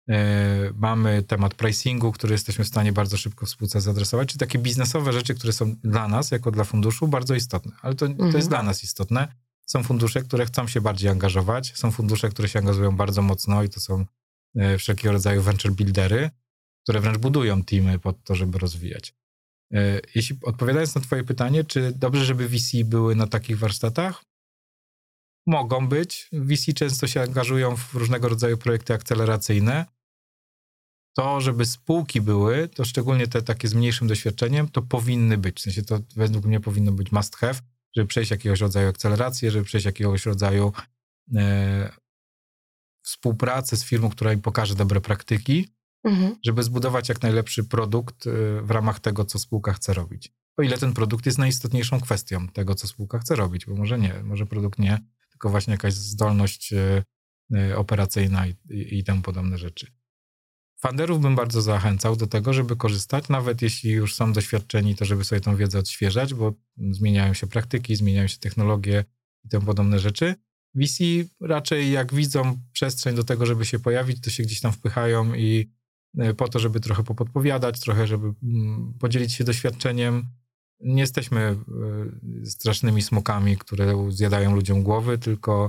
Mamy temat pricingu, który jesteśmy w stanie bardzo szybko w spółce zaadresować, czyli takie biznesowe rzeczy, które są dla nas, jako dla funduszu, bardzo istotne. Ale to, mhm. to jest dla nas istotne. Są fundusze, które chcą się bardziej angażować, są fundusze, które się angażują bardzo mocno i to są wszelkiego rodzaju venture buildery, które wręcz budują teamy pod to, żeby rozwijać. Jeśli odpowiadając na twoje pytanie, czy dobrze, żeby V C były na takich warsztatach? Mogą być. V C często się angażują w różnego rodzaju projekty akceleracyjne. To, żeby spółki były, to szczególnie te takie z mniejszym doświadczeniem, to powinny być. W sensie to według mnie powinno być must have, żeby przejść jakiegoś rodzaju akcelerację, żeby przejść jakiegoś rodzaju e, współpracę z firmą, która im pokaże dobre praktyki, mhm. żeby zbudować jak najlepszy produkt e, w ramach tego, co spółka chce robić. O ile ten produkt jest najistotniejszą kwestią tego, co spółka chce robić, bo może nie, może produkt nie, tylko właśnie jakaś zdolność e, e, operacyjna i, i, i temu podobne rzeczy. Funderów bym bardzo zachęcał do tego, żeby korzystać, nawet jeśli już są doświadczeni, to żeby sobie tą wiedzę odświeżać, bo zmieniają się praktyki, zmieniają się technologie i temu podobne rzeczy. V C raczej jak widzą przestrzeń do tego, żeby się pojawić, to się gdzieś tam wpychają i po to, żeby trochę popodpowiadać, trochę żeby podzielić się doświadczeniem. Nie jesteśmy strasznymi smokami, które zjadają ludziom głowy, tylko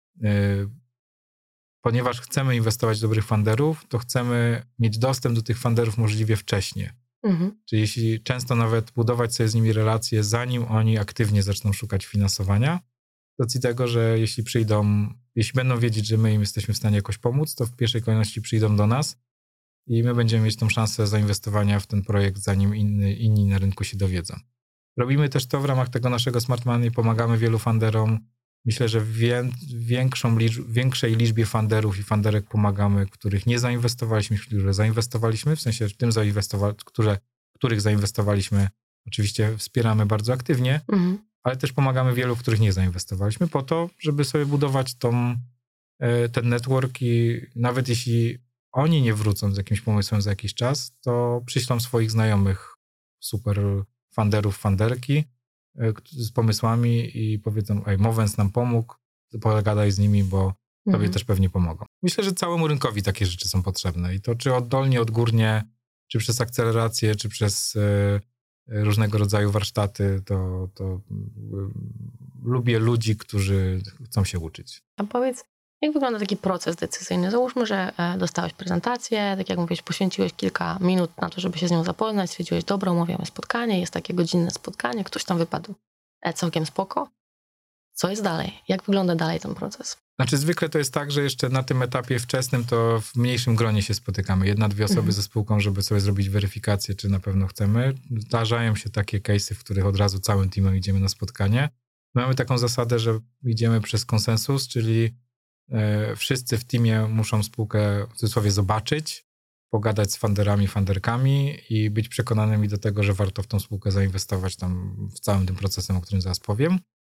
ponieważ chcemy inwestować w dobrych funderów, to chcemy mieć dostęp do tych funderów możliwie wcześnie. Mhm. Czyli jeśli często nawet budować sobie z nimi relacje, zanim oni aktywnie zaczną szukać finansowania, z racji tego, że jeśli przyjdą, jeśli będą wiedzieć, że my im jesteśmy w stanie jakoś pomóc, to w pierwszej kolejności przyjdą do nas i my będziemy mieć tą szansę zainwestowania w ten projekt, zanim inni, inni na rynku się dowiedzą. Robimy też to w ramach tego naszego Smart Money, pomagamy wielu funderom. Myślę, że wię, większą liczb, większej liczbie funderów i funderek pomagamy, których nie zainwestowaliśmy, które zainwestowaliśmy, w sensie w tym zainwestowali, które, których zainwestowaliśmy, oczywiście wspieramy bardzo aktywnie, mhm. ale też pomagamy wielu, w których nie zainwestowaliśmy, po to, żeby sobie budować tą, ten network i nawet jeśli oni nie wrócą z jakimś pomysłem za jakiś czas, to przyślą swoich znajomych super funderów, funderki z pomysłami i powiedzą, ej, Movens nam pomógł, pogadaj z nimi, bo tobie mhm. też pewnie pomogą. Myślę, że całemu rynkowi takie rzeczy są potrzebne i to czy oddolnie, odgórnie, czy przez akcelerację, czy przez y, różnego rodzaju warsztaty, to, to y, lubię ludzi, którzy chcą się uczyć. A powiedz, jak wygląda taki proces decyzyjny? Załóżmy, że dostałeś prezentację, tak jak mówiłeś, poświęciłeś kilka minut na to, żeby się z nią zapoznać, stwierdziłeś, dobra, umawiamy spotkanie, jest takie godzinne spotkanie, ktoś tam wypadł całkiem spoko. Co jest dalej? Jak wygląda dalej ten proces? Znaczy zwykle to jest tak, że jeszcze na tym etapie wczesnym to w mniejszym gronie się spotykamy. Jedna, dwie osoby mhm. ze spółką, żeby sobie zrobić weryfikację, czy na pewno chcemy. Zdarzają się takie case'y, w których od razu całym teamem idziemy na spotkanie. My mamy taką zasadę, że idziemy przez konsensus, czyli wszyscy w teamie muszą spółkę w cudzysłowie zobaczyć, pogadać z funderami, funderkami i być przekonanymi do tego, że warto w tą spółkę zainwestować tam w całym tym procesem, o którym zaraz powiem.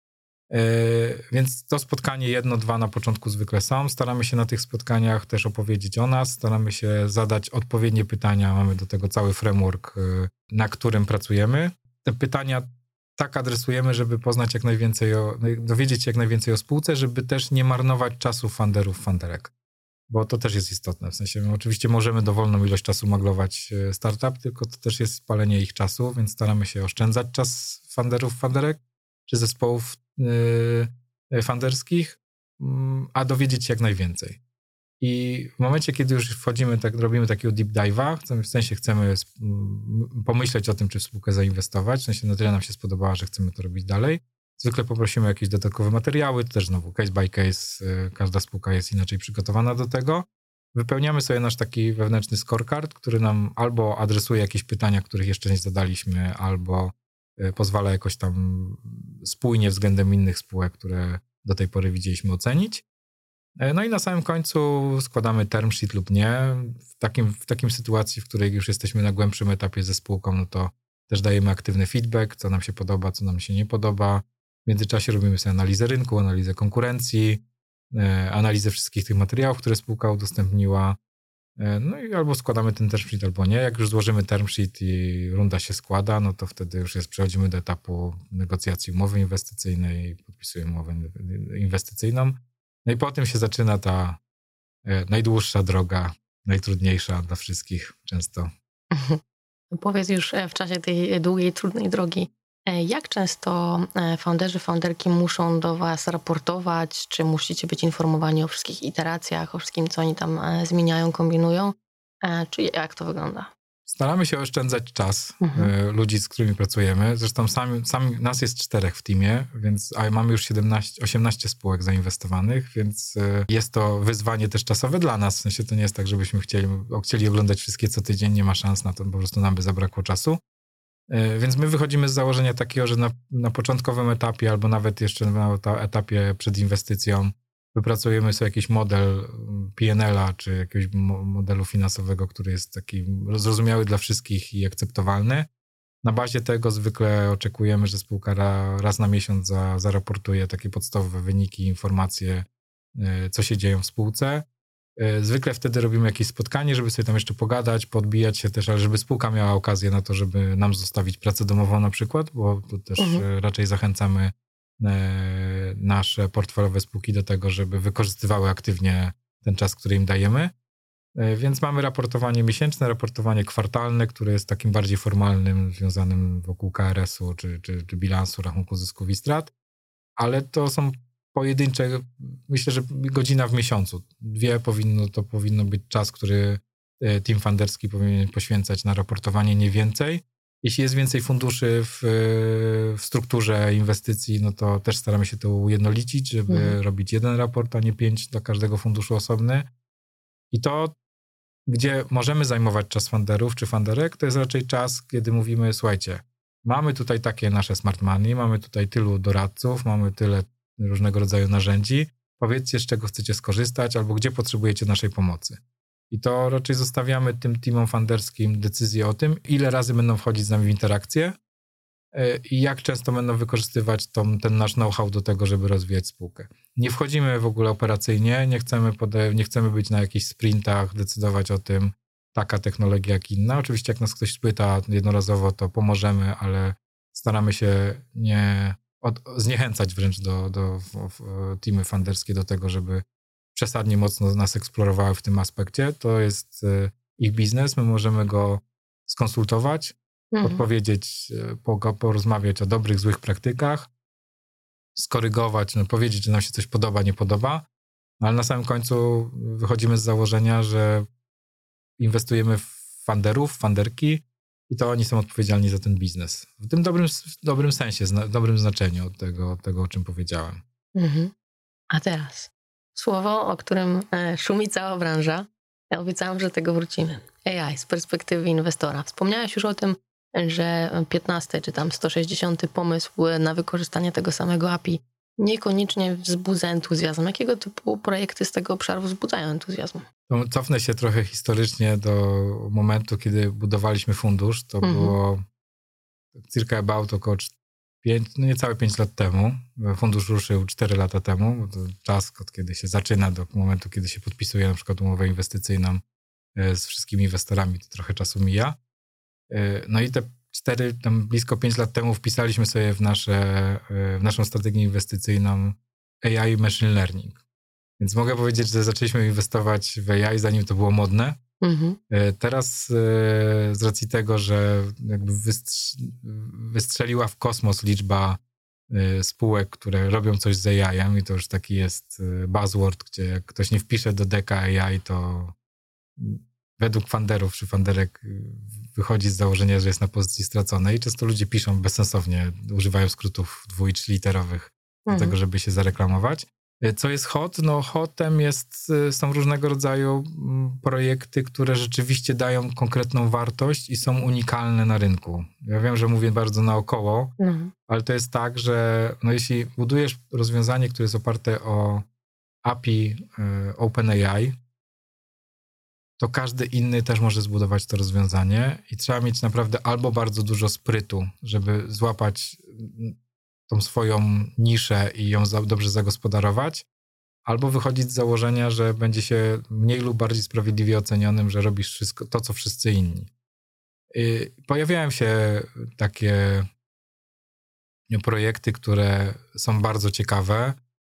Więc to spotkanie jedno, dwa na początku zwykle są. Staramy się na tych spotkaniach też opowiedzieć o nas, staramy się zadać odpowiednie pytania. Mamy do tego cały framework, na którym pracujemy. Te pytania tak adresujemy, żeby poznać jak najwięcej, o, dowiedzieć się jak najwięcej o spółce, żeby też nie marnować czasu funderów, funderek. Bo to też jest istotne. W sensie my oczywiście możemy dowolną ilość czasu maglować startup, tylko to też jest spalenie ich czasu, więc staramy się oszczędzać czas funderów, funderek czy zespołów yy, funderskich, yy, a dowiedzieć się jak najwięcej. I w momencie, kiedy już wchodzimy, tak robimy takiego deep dive'a, w sensie chcemy pomyśleć o tym, czy w spółkę zainwestować, w sensie na tyle nam się spodobała, że chcemy to robić dalej. Zwykle poprosimy o jakieś dodatkowe materiały, to też znowu case by case, każda spółka jest inaczej przygotowana do tego. Wypełniamy sobie nasz taki wewnętrzny scorecard, który nam albo adresuje jakieś pytania, których jeszcze nie zadaliśmy, albo pozwala jakoś tam spójnie względem innych spółek, które do tej pory widzieliśmy, ocenić. No i na samym końcu składamy term sheet lub nie. W takim, w takim sytuacji, w której już jesteśmy na głębszym etapie ze spółką, no to też dajemy aktywny feedback, co nam się podoba, co nam się nie podoba. W międzyczasie robimy sobie analizę rynku, analizę konkurencji, analizę wszystkich tych materiałów, które spółka udostępniła. No i albo składamy ten term sheet, albo nie. Jak już złożymy term sheet i runda się składa, no to wtedy już jest, przechodzimy do etapu negocjacji umowy inwestycyjnej, podpisujemy umowę inwestycyjną. No i potem się zaczyna ta najdłuższa droga, najtrudniejsza dla wszystkich często. Powiedz już w czasie tej długiej, trudnej drogi, jak często founderzy, founderki muszą do was raportować, czy musicie być informowani o wszystkich iteracjach, o wszystkim, co oni tam zmieniają, kombinują, czy jak to wygląda? Staramy się oszczędzać czas mhm. ludzi, z którymi pracujemy. Zresztą sami, sami nas jest czterech w teamie, więc a mamy już siedemnaście, osiemnaście spółek zainwestowanych, więc jest to wyzwanie też czasowe dla nas. W sensie to nie jest tak, żebyśmy chcieli, chcieli oglądać wszystkie co tydzień, nie ma szans na to, po prostu nam by zabrakło czasu. Więc my wychodzimy z założenia takiego, że na, na początkowym etapie albo nawet jeszcze na etapie przed inwestycją wypracujemy sobie jakiś model P and L-a czy jakiegoś modelu finansowego, który jest taki zrozumiały dla wszystkich i akceptowalny. Na bazie tego zwykle oczekujemy, że spółka raz na miesiąc za, zaraportuje takie podstawowe wyniki, informacje, co się dzieje w spółce. Zwykle wtedy robimy jakieś spotkanie, żeby sobie tam jeszcze pogadać, podbijać się też, ale żeby spółka miała okazję na to, żeby nam zostawić pracę domową na przykład, bo tu też mhm. raczej zachęcamy nasze portfelowe spółki do tego, żeby wykorzystywały aktywnie ten czas, który im dajemy. Więc mamy raportowanie miesięczne, raportowanie kwartalne, które jest takim bardziej formalnym, związanym wokół K R S-u czy, czy, czy bilansu, rachunku zysków i strat, ale to są pojedyncze, myślę, że godzina w miesiącu. Dwie powinno, to powinno być czas, który team funderski powinien poświęcać na raportowanie, nie więcej. Jeśli jest więcej funduszy w, w strukturze inwestycji, no to też staramy się to ujednolicić, żeby mhm. robić jeden raport, a nie pięć dla każdego funduszu osobny. I to, gdzie możemy zajmować czas funderów czy funderek, to jest raczej czas, kiedy mówimy, słuchajcie, mamy tutaj takie nasze smart money, mamy tutaj tylu doradców, mamy tyle różnego rodzaju narzędzi, powiedzcie, z czego chcecie skorzystać albo gdzie potrzebujecie naszej pomocy. I to raczej zostawiamy tym teamom funderskim decyzję o tym, ile razy będą wchodzić z nami w interakcję i jak często będą wykorzystywać tą, ten nasz know-how do tego, żeby rozwijać spółkę. Nie wchodzimy w ogóle operacyjnie, nie chcemy, pode- nie chcemy być na jakichś sprintach, decydować o tym, taka technologia jak inna. Oczywiście jak nas ktoś spyta jednorazowo, to pomożemy, ale staramy się nie od, zniechęcać wręcz do, do w, w, teamy funderskie do tego, żeby przesadnie mocno nas eksplorowały w tym aspekcie. To jest ich biznes, my możemy go skonsultować, mhm. odpowiedzieć, porozmawiać o dobrych, złych praktykach, skorygować, no, powiedzieć, że nam się coś podoba, nie podoba, ale na samym końcu wychodzimy z założenia, że inwestujemy w funderów, funderki i to oni są odpowiedzialni za ten biznes. W tym dobrym, dobrym sensie, w dobrym znaczeniu tego, tego o czym powiedziałem. Mhm. A teraz słowo, o którym szumi cała branża. Ja obiecałam, że do tego wrócimy. A I z perspektywy inwestora. Wspomniałeś już o tym, że piętnasty czy tam sto sześćdziesiąty pomysł na wykorzystanie tego samego A P I niekoniecznie wzbudza entuzjazm. Jakiego typu projekty z tego obszaru wzbudzają entuzjazm? To cofnę się trochę historycznie do momentu, kiedy budowaliśmy fundusz. To mhm. było circa about około pięć, no niecałe pięć lat temu. Fundusz ruszył cztery lata temu, bo to czas, od kiedy się zaczyna do momentu, kiedy się podpisuje na przykład umowę inwestycyjną z wszystkimi inwestorami, to trochę czasu mija. No i te cztery, tam blisko pięć lat temu wpisaliśmy sobie w, nasze, w naszą strategię inwestycyjną A I i Machine Learning. Więc mogę powiedzieć, że zaczęliśmy inwestować w A I, zanim to było modne. Mhm. Teraz z racji tego, że jakby wystrzeliła w kosmos liczba spółek, które robią coś z A I-em i to już taki jest buzzword, gdzie jak ktoś nie wpisze do deka A I, to według funderów czy funderek wychodzi z założenia, że jest na pozycji straconej. Często ludzie piszą bezsensownie, używają skrótów dwu- i trzyliterowych mhm. do tego, żeby się zareklamować. Co jest hot? No hotem jest, są różnego rodzaju projekty, które rzeczywiście dają konkretną wartość i są unikalne na rynku. Ja wiem, że mówię bardzo naokoło, mhm. ale to jest tak, że no jeśli budujesz rozwiązanie, które jest oparte o A P I y, OpenAI, to każdy inny też może zbudować to rozwiązanie i trzeba mieć naprawdę albo bardzo dużo sprytu, żeby złapać tą swoją niszę i ją za, dobrze zagospodarować, albo wychodzić z założenia, że będzie się mniej lub bardziej sprawiedliwie ocenionym, że robisz wszystko to, co wszyscy inni. I pojawiają się takie projekty, które są bardzo ciekawe.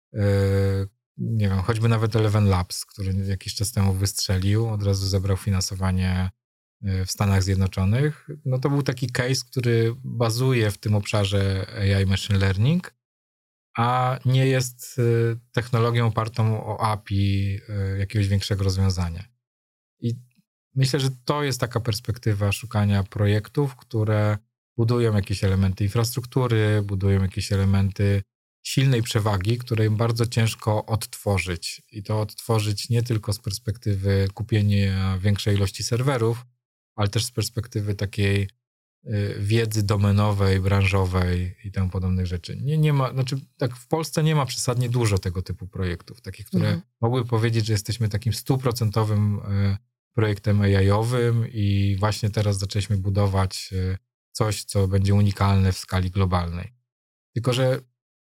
Nie wiem, choćby nawet Eleven Labs, który jakiś czas temu wystrzelił, od razu zebrał finansowanie w Stanach Zjednoczonych. No to był taki case, który bazuje w tym obszarze A I Machine Learning, a nie jest technologią opartą o A P I jakiegoś większego rozwiązania. I myślę, że to jest taka perspektywa szukania projektów, które budują jakieś elementy infrastruktury, budują jakieś elementy silnej przewagi, której bardzo ciężko odtworzyć. I to odtworzyć nie tylko z perspektywy kupienia większej ilości serwerów, ale też z perspektywy takiej wiedzy domenowej, branżowej i temu podobnych rzeczy. Nie, nie ma, znaczy tak w Polsce nie ma przesadnie dużo tego typu projektów, takich, które mhm. mogły powiedzieć, że jesteśmy takim stuprocentowym projektem A I-owym i właśnie teraz zaczęliśmy budować coś, co będzie unikalne w skali globalnej. Tylko że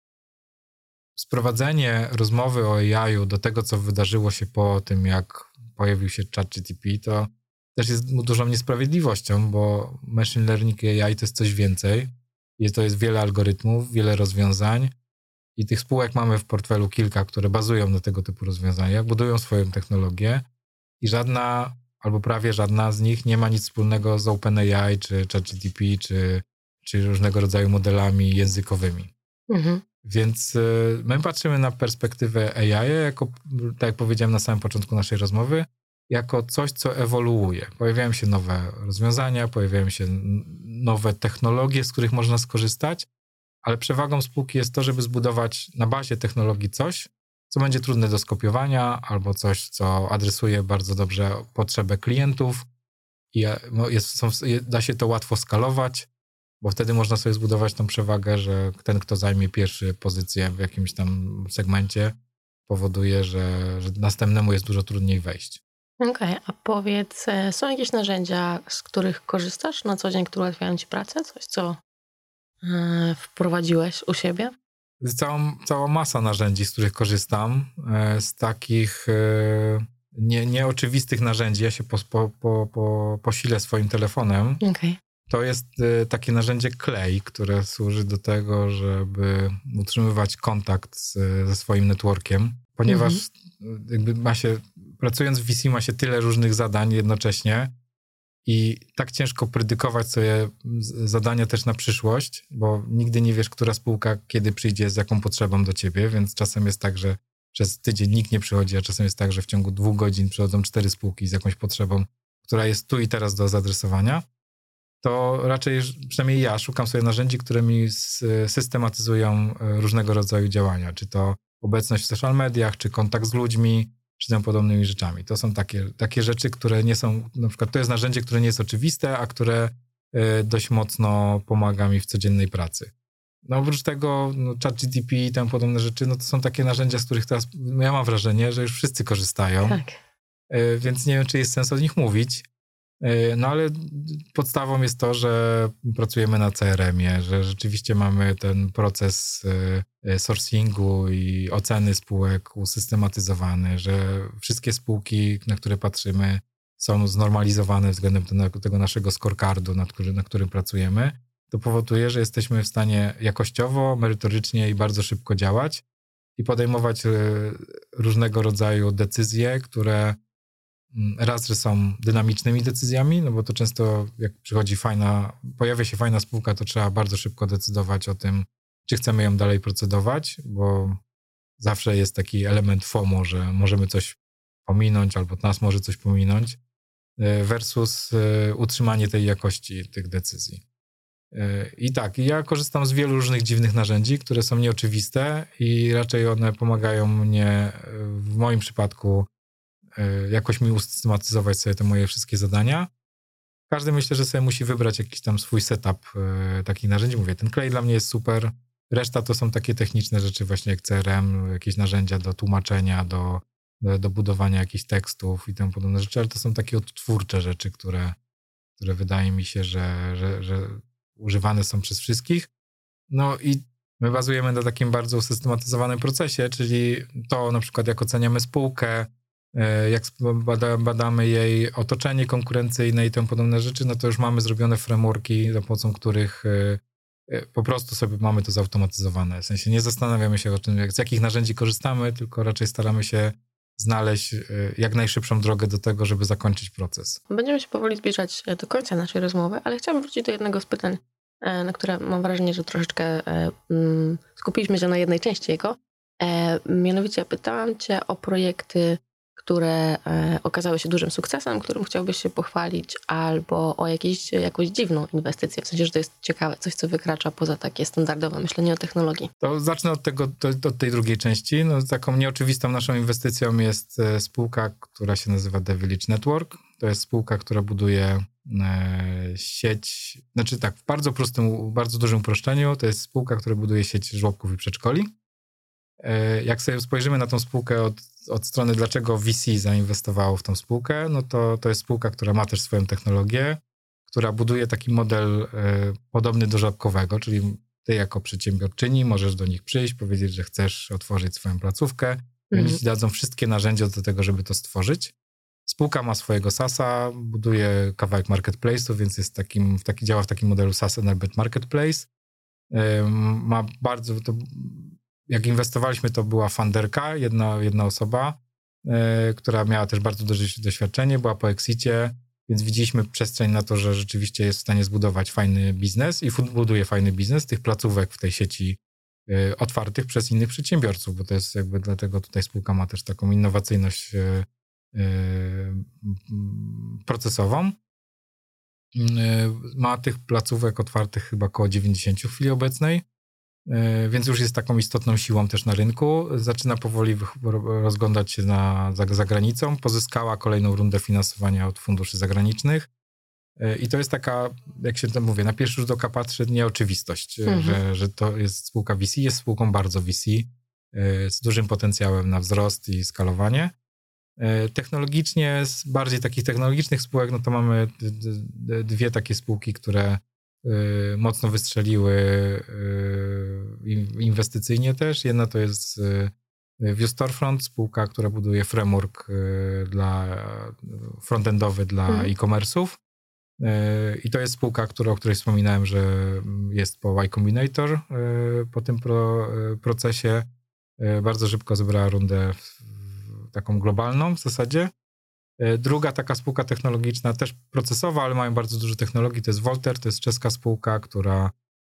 sprowadzenie rozmowy o A I-u do tego, co wydarzyło się po tym, jak pojawił się ChatGPT, to też jest dużą niesprawiedliwością, bo machine learning i A I to jest coś więcej. I to jest wiele algorytmów, wiele rozwiązań i tych spółek mamy w portfelu kilka, które bazują na tego typu rozwiązaniach, budują swoją technologię i żadna, albo prawie żadna z nich nie ma nic wspólnego z OpenAI, czy ChatGPT, czy, czy różnego rodzaju modelami językowymi. Mhm. Więc y, my patrzymy na perspektywę A I jako, tak jak powiedziałem na samym początku naszej rozmowy, jako coś, co ewoluuje. Pojawiają się nowe rozwiązania, pojawiają się nowe technologie, z których można skorzystać, ale przewagą spółki jest to, żeby zbudować na bazie technologii coś, co będzie trudne do skopiowania, albo coś, co adresuje bardzo dobrze potrzebę klientów i jest, są, da się to łatwo skalować, bo wtedy można sobie zbudować tą przewagę, że ten, kto zajmie pierwszy pozycję w jakimś tam segmencie, powoduje, że, że następnemu jest dużo trudniej wejść. Okej, okay, a powiedz, są jakieś narzędzia, z których korzystasz na co dzień, które ułatwiają ci pracę? Coś, co yy, wprowadziłeś u siebie? Całą, cała masa narzędzi, z których korzystam. Z takich yy, nie, nieoczywistych narzędzi, ja się po, po, po, po, posilę swoim telefonem. Okay. To jest yy, takie narzędzie Clay, które służy do tego, żeby utrzymywać kontakt z, ze swoim networkiem, ponieważ mm-hmm. jakby ma się, pracując w V C ma się tyle różnych zadań jednocześnie i tak ciężko predykować sobie zadania też na przyszłość, bo nigdy nie wiesz, która spółka kiedy przyjdzie z jaką potrzebą do ciebie, więc czasem jest tak, że przez tydzień nikt nie przychodzi, a czasem jest tak, że w ciągu dwóch godzin przychodzą cztery spółki z jakąś potrzebą, która jest tu i teraz do zaadresowania. To raczej, przynajmniej ja, szukam sobie narzędzi, które mi systematyzują różnego rodzaju działania, czy to obecność w social mediach, czy kontakt z ludźmi, czy tym podobnymi rzeczami. To są takie, takie rzeczy, które nie są, na przykład to jest narzędzie, które nie jest oczywiste, a które dość mocno pomaga mi w codziennej pracy. No oprócz tego no, ChatGPT i tam podobne rzeczy, no to są takie narzędzia, z których teraz ja mam wrażenie, że już wszyscy korzystają. Tak. Więc nie wiem, czy jest sens o nich mówić, No ale podstawą jest to, że pracujemy na C R M-ie, że rzeczywiście mamy ten proces sourcingu i oceny spółek usystematyzowany, że wszystkie spółki, na które patrzymy, są znormalizowane względem tego naszego scorecardu, nad którym, na którym pracujemy. To powoduje, że jesteśmy w stanie jakościowo, merytorycznie i bardzo szybko działać i podejmować różnego rodzaju decyzje, które raz, że są dynamicznymi decyzjami, no bo to często jak przychodzi fajna, pojawia się fajna spółka, to trzeba bardzo szybko decydować o tym, czy chcemy ją dalej procedować, bo zawsze jest taki element FOMO, że możemy coś pominąć albo nas może coś pominąć versus utrzymanie tej jakości tych decyzji. I tak, ja korzystam z wielu różnych dziwnych narzędzi, które są nieoczywiste i raczej one pomagają mnie w moim przypadku jakoś mi usystematyzować sobie te moje wszystkie zadania. Każdy myślę, że sobie musi wybrać jakiś tam swój setup takich narzędzi. Mówię, ten klej dla mnie jest super. Reszta to są takie techniczne rzeczy właśnie jak C R M, jakieś narzędzia do tłumaczenia, do, do, do budowania jakichś tekstów i tym podobne rzeczy, ale to są takie odtwórcze rzeczy, które, które wydaje mi się, że, że, że używane są przez wszystkich. No i my bazujemy na takim bardzo usystematyzowanym procesie, czyli to na przykład jak oceniamy spółkę, jak badamy jej otoczenie konkurencyjne i tym podobne rzeczy, no to już mamy zrobione frameworki, za pomocą których po prostu sobie mamy to zautomatyzowane. W sensie nie zastanawiamy się o tym, jak, z jakich narzędzi korzystamy, tylko raczej staramy się znaleźć jak najszybszą drogę do tego, żeby zakończyć proces. Będziemy się powoli zbliżać do końca naszej rozmowy, ale chciałabym wrócić do jednego z pytań, na które mam wrażenie, że troszeczkę skupiliśmy się na jednej części jego. Mianowicie pytałam cię o projekty, które e, okazały się dużym sukcesem, którym chciałbyś się pochwalić, albo o jakieś, jakąś dziwną inwestycję, w sensie, że to jest ciekawe, coś, co wykracza poza takie standardowe myślenie o technologii. To zacznę od, tego, to, od tej drugiej części. No, taką nieoczywistą naszą inwestycją jest spółka, która się nazywa The Village Network. To jest spółka, która buduje e, sieć, znaczy tak, w bardzo prostym, bardzo dużym uproszczeniu, to jest spółka, która buduje sieć żłobków i przedszkoli. E, jak sobie spojrzymy na tą spółkę od od strony, dlaczego V C zainwestowało w tą spółkę, no to to jest spółka, która ma też swoją technologię, która buduje taki model y, podobny do żłobkowego, czyli ty jako przedsiębiorczyni możesz do nich przyjść, powiedzieć, że chcesz otworzyć swoją placówkę, mm. oni ci dadzą wszystkie narzędzia do tego, żeby to stworzyć. Spółka ma swojego SaaS-a, buduje kawałek marketplace'u, więc jest takim, w taki, działa w takim modelu SaaS enabled marketplace. Y, ma bardzo... To, jak inwestowaliśmy, to była funderka, jedna, jedna osoba, yy, która miała też bardzo duże doświadczenie, była po exicie, więc widzieliśmy przestrzeń na to, że rzeczywiście jest w stanie zbudować fajny biznes i buduje fajny biznes tych placówek w tej sieci yy, otwartych przez innych przedsiębiorców, bo to jest jakby dlatego tutaj spółka ma też taką innowacyjność yy, yy, procesową. Yy, ma tych placówek otwartych chyba około dziewięćdziesiąt w chwili obecnej. Więc już jest taką istotną siłą też na rynku. Zaczyna powoli rozglądać się na, za, za granicą. Pozyskała kolejną rundę finansowania od funduszy zagranicznych. I to jest taka, jak się tam mówię, na pierwszy rzut oka patrzy, nieoczywistość, mhm. że, że to jest spółka V C. Jest spółką bardzo V C, z dużym potencjałem na wzrost i skalowanie. Technologicznie, z bardziej takich technologicznych spółek, no to mamy dwie takie spółki, które mocno wystrzeliły inwestycyjnie też. Jedna to jest Vue Storefront, spółka, która buduje framework dla frontendowy dla mhm. e-commerce'ów. I to jest spółka, która, o której wspominałem, że jest po Y Combinator po tym pro, procesie. Bardzo szybko zebrała rundę taką globalną w zasadzie. Druga taka spółka technologiczna, też procesowa, ale mają bardzo dużo technologii, to jest Volter, to jest czeska spółka, która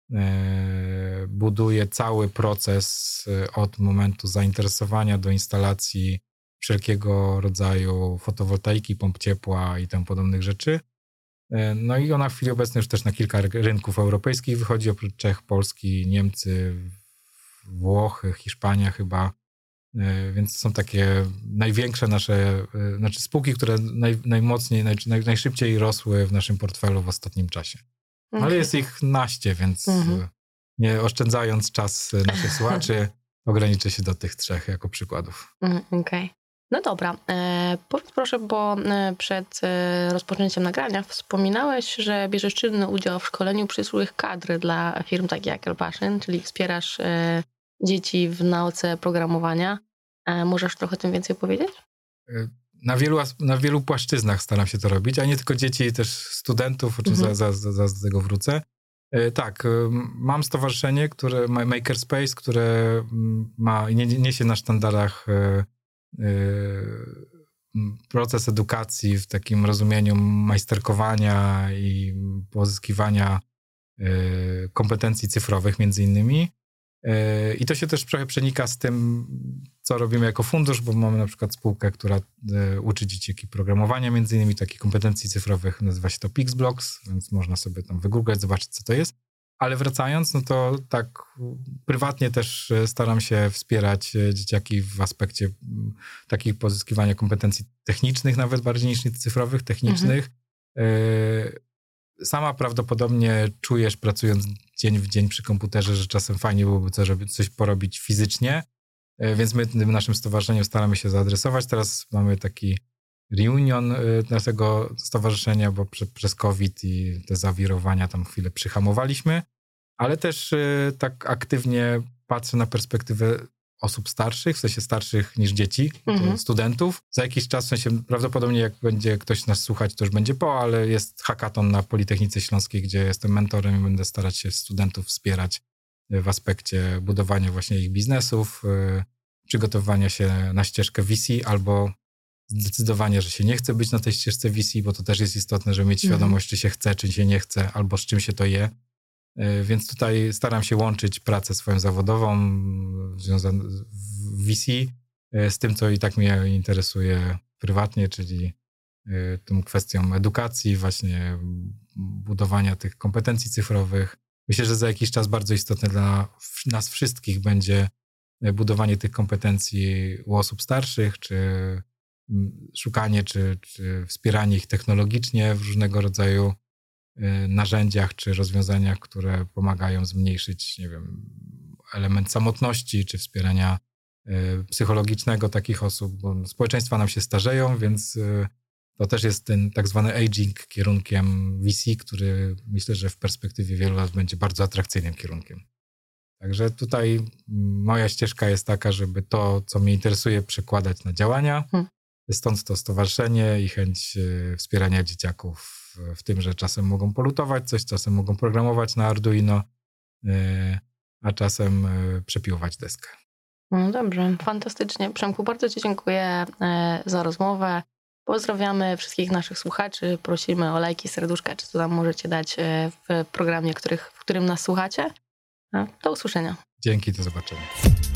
buduje cały proces od momentu zainteresowania do instalacji wszelkiego rodzaju fotowoltaiki, pomp ciepła i tym podobnych rzeczy. No i ona w chwili obecnej już też na kilka rynków europejskich wychodzi, oprócz Czech, Polski, Niemcy, Włochy, Hiszpania chyba. Więc są takie największe nasze, znaczy spółki, które naj, najmocniej, naj, naj, najszybciej rosły w naszym portfelu w ostatnim czasie. Okay. Ale jest ich naście, więc mm-hmm. nie oszczędzając czas naszych słuchaczy, ograniczę się do tych trzech jako przykładów. Mm, Okej. Okay. No dobra, e, powiedz proszę, bo e, przed e, rozpoczęciem nagrania wspominałeś, że bierzesz czynny udział w szkoleniu przyszłych kadr dla firm takich jak Elpaszyn, czyli wspierasz e, dzieci w nauce programowania. E, możesz trochę o tym więcej powiedzieć? Na wielu, na wielu płaszczyznach staram się to robić, a nie tylko dzieci, też studentów, o czym mhm. za, za, za, za tego wrócę. Tak, mam stowarzyszenie, które Makerspace, które ma, niesie na sztandarach proces edukacji w takim rozumieniu majsterkowania i pozyskiwania kompetencji cyfrowych między innymi. I to się też trochę przenika z tym, co robimy jako fundusz, bo mamy na przykład spółkę, która uczy dzieciaki programowania, między innymi takich kompetencji cyfrowych, nazywa się to Pixblocks, więc można sobie tam wygooglać, zobaczyć, co to jest. Ale wracając, no to tak prywatnie też staram się wspierać dzieciaki w aspekcie takich pozyskiwania kompetencji technicznych, nawet bardziej niż cyfrowych, technicznych. Mhm. Sama prawdopodobnie czujesz, pracując dzień w dzień przy komputerze, że czasem fajnie byłoby coś, coś porobić fizycznie, więc my tym naszym stowarzyszeniem staramy się zaadresować. Teraz mamy taki reunion naszego stowarzyszenia, bo prze, przez COVID i te zawirowania tam chwilę przyhamowaliśmy, ale też tak aktywnie patrzę na perspektywę osób starszych, w sensie starszych niż dzieci, mhm. studentów. Za jakiś czas, w sensie prawdopodobnie jak będzie ktoś nas słuchać, to już będzie po, ale jest hackathon na Politechnice Śląskiej, gdzie jestem mentorem i będę starać się studentów wspierać w aspekcie budowania właśnie ich biznesów, przygotowywania się na ścieżkę V C albo zdecydowanie, że się nie chce być na tej ścieżce V C, bo to też jest istotne, żeby mieć mhm. świadomość, czy się chce, czy się nie chce, albo z czym się to je. Więc tutaj staram się łączyć pracę swoją zawodową związaną w V C z tym, co i tak mnie interesuje prywatnie, czyli tą kwestią edukacji, właśnie budowania tych kompetencji cyfrowych. Myślę, że za jakiś czas bardzo istotne dla nas wszystkich będzie budowanie tych kompetencji u osób starszych, czy szukanie, czy, czy wspieranie ich technologicznie w różnego rodzaju narzędziach czy rozwiązaniach, które pomagają zmniejszyć, nie wiem, element samotności czy wspierania psychologicznego takich osób, bo społeczeństwa nam się starzeją, więc to też jest ten tak zwany aging kierunkiem V C, który myślę, że w perspektywie wielu lat będzie bardzo atrakcyjnym kierunkiem. Także tutaj moja ścieżka jest taka, żeby to, co mnie interesuje, przekładać na działania. Hmm. Stąd to stowarzyszenie i chęć wspierania dzieciaków w tym, że czasem mogą polutować coś, czasem mogą programować na Arduino, a czasem przepiłować deskę. No dobrze, fantastycznie. Przemku, bardzo Ci dziękuję za rozmowę. Pozdrawiamy wszystkich naszych słuchaczy. Prosimy o lajki, serduszka, czy co tam możecie dać w programie, których, w którym nas słuchacie. Do usłyszenia. Dzięki, do zobaczenia.